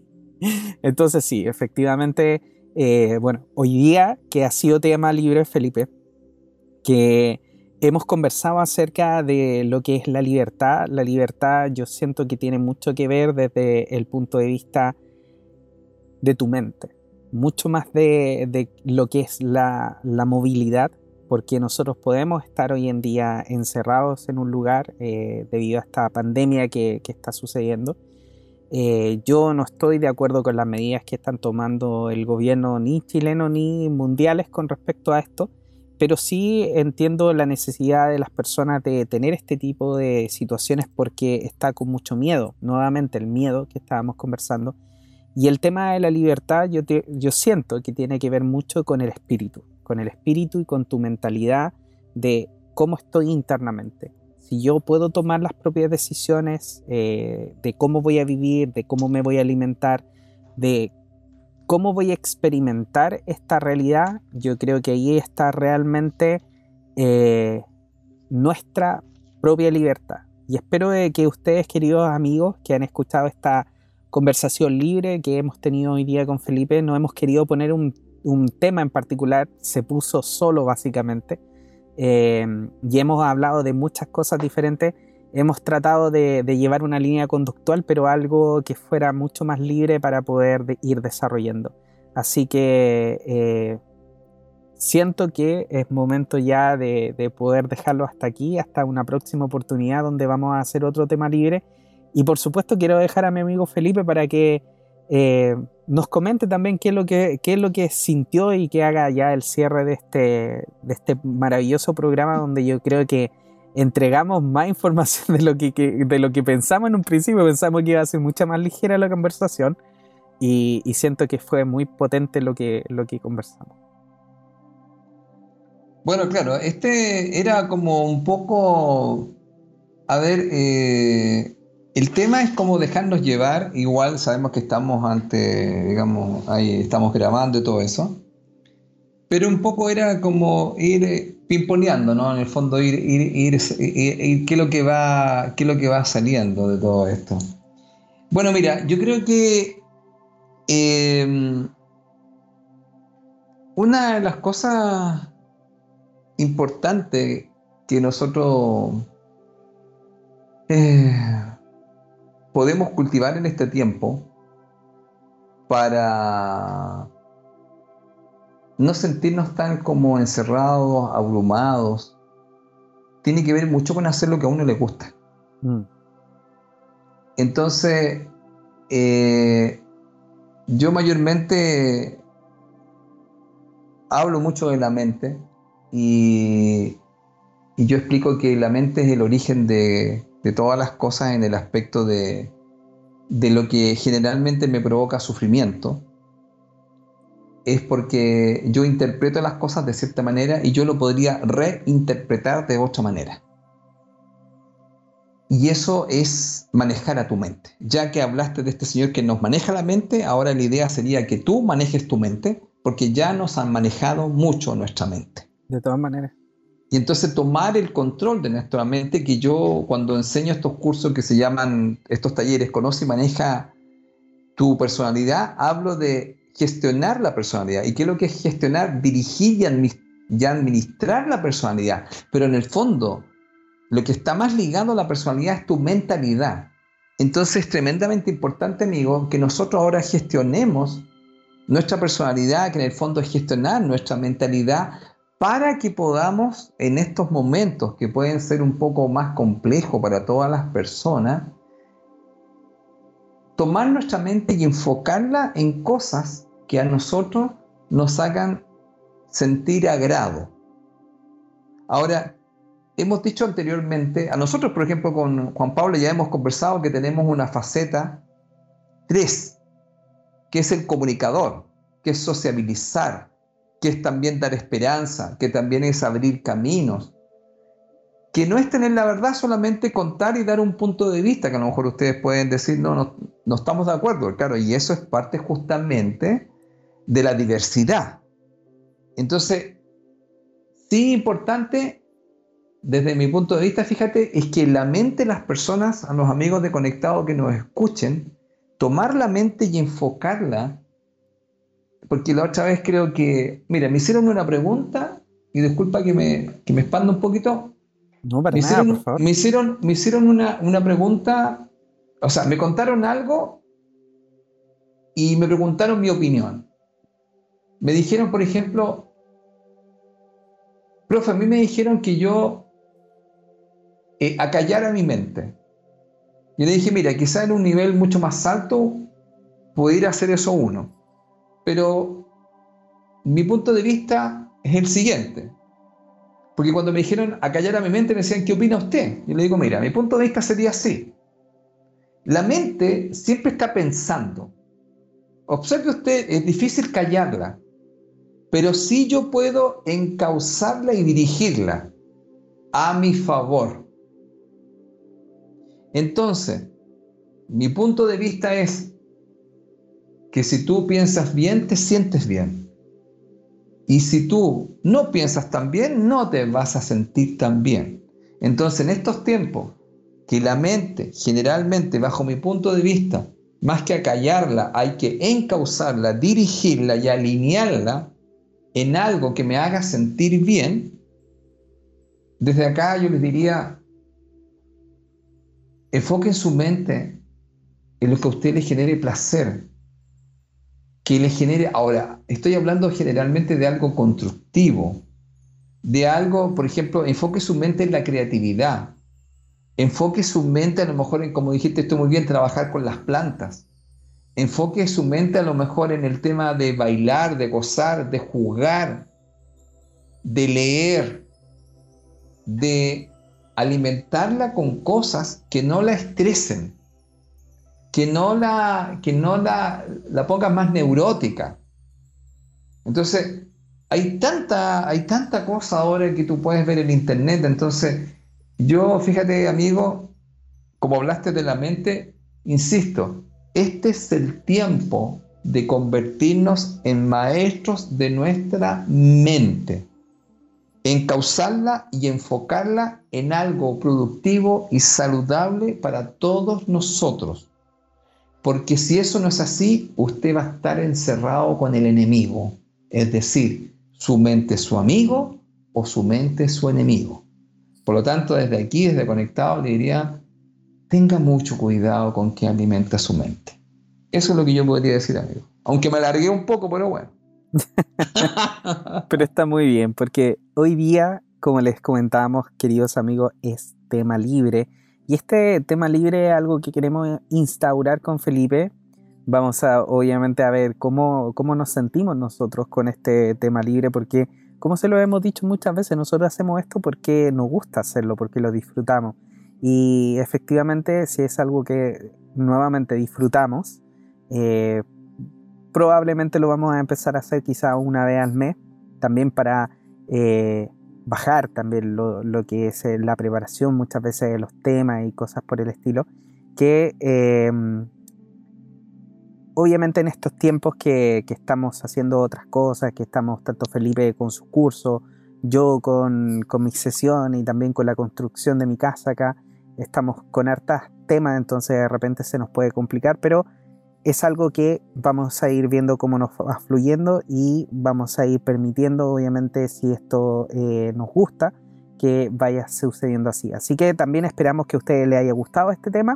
Entonces sí, efectivamente, eh, bueno, hoy día que ha sido tema libre, Felipe, que hemos conversado acerca de lo que es la libertad. La libertad yo siento que tiene mucho que ver desde el punto de vista de tu mente, mucho más de, de lo que es la, la movilidad, porque nosotros podemos estar hoy en día encerrados en un lugar eh, debido a esta pandemia que, que está sucediendo. Eh, yo no estoy de acuerdo con las medidas que están tomando el gobierno ni chileno ni mundiales con respecto a esto, pero sí entiendo la necesidad de las personas de tener este tipo de situaciones porque está con mucho miedo, nuevamente el miedo que estábamos conversando. Y el tema de la libertad yo, te, yo siento que tiene que ver mucho con el espíritu, con el espíritu y con tu mentalidad de cómo estoy internamente. Si yo puedo tomar las propias decisiones eh, de cómo voy a vivir, de cómo me voy a alimentar, de cómo voy a experimentar esta realidad, yo creo que ahí está realmente eh, nuestra propia libertad. Y espero de que ustedes, queridos amigos, que han escuchado esta conversación libre que hemos tenido hoy día con Felipe, no hemos querido poner un, un tema en particular, se puso solo básicamente, eh, y hemos hablado de muchas cosas diferentes. Hemos tratado de, de llevar una línea conductual, pero algo que fuera mucho más libre para poder de, ir desarrollando. Así que eh, siento que es momento ya de, de poder dejarlo hasta aquí, hasta una próxima oportunidad donde vamos a hacer otro tema libre. Y por supuesto quiero dejar a mi amigo Felipe para que eh, nos comente también qué es lo que, qué es lo que sintió y que haga ya el cierre de este, de este maravilloso programa donde yo creo que entregamos más información de lo que, que, de lo que pensamos en un principio. Pensamos que iba a ser mucha más ligera la conversación y, y siento que fue muy potente lo que, lo que conversamos. Bueno, claro, este era como un poco, a ver, eh, el tema es como dejarnos llevar. Igual sabemos que estamos ante, digamos, ahí estamos grabando y todo eso. Pero un poco era como ir pimponeando, ¿no? En el fondo ir, ir, ir, ir, ir qué es lo que va, qué es lo que va saliendo de todo esto. Bueno, mira, yo creo que eh, una de las cosas importantes que nosotros eh, podemos cultivar en este tiempo para no sentirnos tan como encerrados, abrumados, tiene que ver mucho con hacer lo que a uno le gusta. Mm. Entonces, eh, yo mayormente hablo mucho de la mente y, y yo explico que la mente es el origen de, de todas las cosas en el aspecto de, de lo que generalmente me provoca sufrimiento. Es porque yo interpreto las cosas de cierta manera y yo lo podría reinterpretar de otra manera. Y eso es manejar a tu mente. Ya que hablaste de este señor que nos maneja la mente, ahora la idea sería que tú manejes tu mente, porque ya nos han manejado mucho nuestra mente. De todas maneras. Y entonces tomar el control de nuestra mente, que yo cuando enseño estos cursos que se llaman, estos talleres, Conoce y Maneja tu Personalidad, hablo de gestionar la personalidad. ¿Y qué es lo que es gestionar? Dirigir y administrar la personalidad. Pero en el fondo, lo que está más ligado a la personalidad es tu mentalidad. Entonces es tremendamente importante, amigo, que nosotros ahora gestionemos nuestra personalidad, que en el fondo es gestionar nuestra mentalidad, para que podamos, en estos momentos que pueden ser un poco más complejos para todas las personas, tomar nuestra mente y enfocarla en cosas que a nosotros nos hagan sentir agrado. Ahora, hemos dicho anteriormente, a nosotros, por ejemplo, con Juan Pablo ya hemos conversado que tenemos una faceta tres, que es el comunicador, que es sociabilizar, que es también dar esperanza, que también es abrir caminos, que no es tener la verdad, solamente contar y dar un punto de vista, que a lo mejor ustedes pueden decir, no, no, no estamos de acuerdo, claro, y eso es parte justamente de la diversidad. Entonces, sí, importante, desde mi punto de vista, fíjate, es que la mente de las personas, a los amigos de Conectado que nos escuchen, tomar la mente y enfocarla, porque la otra vez creo que, mira, me hicieron una pregunta, y disculpa que me, que me expanda un poquito. No, para me nada, hicieron, por favor. Me hicieron, me hicieron una, una pregunta, o sea, me contaron algo y me preguntaron mi opinión. Me dijeron, por ejemplo, profe, a mí me dijeron que yo eh, acallara mi mente. Yo le dije, mira, quizá en un nivel mucho más alto pudiera hacer eso uno. Pero mi punto de vista es el siguiente. Porque cuando me dijeron acallar a mi mente, me decían, ¿qué opina usted? Yo le digo, mira, mi punto de vista sería así. La mente siempre está pensando. Observe usted, es difícil callarla, pero sí yo puedo encauzarla y dirigirla a mi favor. Entonces, mi punto de vista es, que si tú piensas bien, te sientes bien. Y si tú no piensas tan bien, no te vas a sentir tan bien. Entonces, en estos tiempos, que la mente, generalmente, bajo mi punto de vista, más que acallarla, hay que encauzarla, dirigirla y alinearla en algo que me haga sentir bien. Desde acá yo les diría, enfoquen su mente en lo que a usted le genere placer, que le genere, ahora, estoy hablando generalmente de algo constructivo, de algo, por ejemplo, enfoque su mente en la creatividad, enfoque su mente a lo mejor en, como dijiste tú muy bien, trabajar con las plantas, enfoque su mente a lo mejor en el tema de bailar, de gozar, de jugar, de leer, de alimentarla con cosas que no la estresen, que no la, que no la, la pongan más neurótica. Entonces, hay tanta, hay tanta cosa ahora que tú puedes ver en internet. Entonces, yo, fíjate, amigo, como hablaste de la mente, insisto, este es el tiempo de convertirnos en maestros de nuestra mente, encauzarla y enfocarla en algo productivo y saludable para todos nosotros. Porque si eso no es así, usted va a estar encerrado con el enemigo. Es decir, su mente es su amigo o su mente es su enemigo. Por lo tanto, desde aquí, desde Conectado, le diría, tenga mucho cuidado con qué alimenta su mente. Eso es lo que yo podría decir, amigo. Aunque me alargué un poco, pero bueno. Pero está muy bien, porque hoy día, como les comentábamos, queridos amigos, es tema libre. Y este tema libre es algo que queremos instaurar con Felipe. Vamos a, obviamente, a ver cómo, cómo nos sentimos nosotros con este tema libre, porque, como se lo hemos dicho muchas veces, nosotros hacemos esto porque nos gusta hacerlo, porque lo disfrutamos. Y efectivamente, si es algo que nuevamente disfrutamos, eh, probablemente lo vamos a empezar a hacer quizá una vez al mes, también para eh, bajar también lo, lo que es la preparación muchas veces de los temas y cosas por el estilo, que eh, obviamente en estos tiempos que, que estamos haciendo otras cosas, que estamos tanto Felipe con su curso, yo con, con mi sesión y también con la construcción de mi casa acá, estamos con hartas temas, entonces de repente se nos puede complicar, pero es algo que vamos a ir viendo cómo nos va fluyendo y vamos a ir permitiendo, obviamente, si esto eh, nos gusta, que vaya sucediendo así. Así que también esperamos que a ustedes les haya gustado este tema.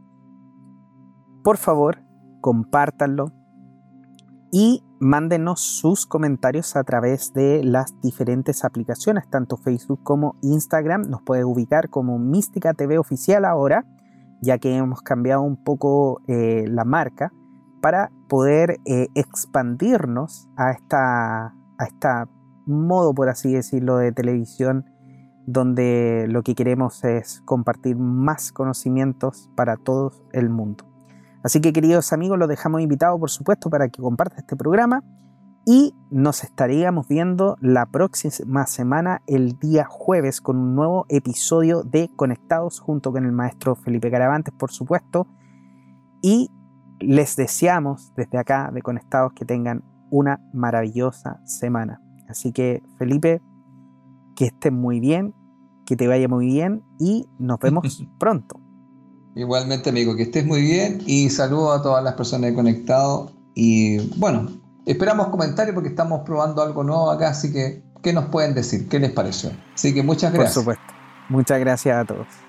Por favor, compártanlo y mándenos sus comentarios a través de las diferentes aplicaciones, tanto Facebook como Instagram. Nos puedes ubicar como Mística T V Oficial ahora, ya que hemos cambiado un poco eh, la marca para poder eh, expandirnos a esta, a esta modo, por así decirlo, de televisión, donde lo que queremos es compartir más conocimientos para todo el mundo. Así que, queridos amigos, los dejamos invitados, por supuesto, para que compartan este programa y nos estaríamos viendo la próxima semana, el día jueves, con un nuevo episodio de Conectados junto con el maestro Felipe Caravantes, por supuesto. Y les deseamos desde acá de Conectados que tengan una maravillosa semana. Así que, Felipe, que estén muy bien, que te vaya muy bien y nos vemos pronto. Igualmente, amigo, que estés muy bien y saludo a todas las personas de Conectado. Y bueno, esperamos comentarios porque estamos probando algo nuevo acá, así que, ¿qué nos pueden decir? ¿Qué les pareció? Así que muchas gracias. Por supuesto. Muchas gracias a todos.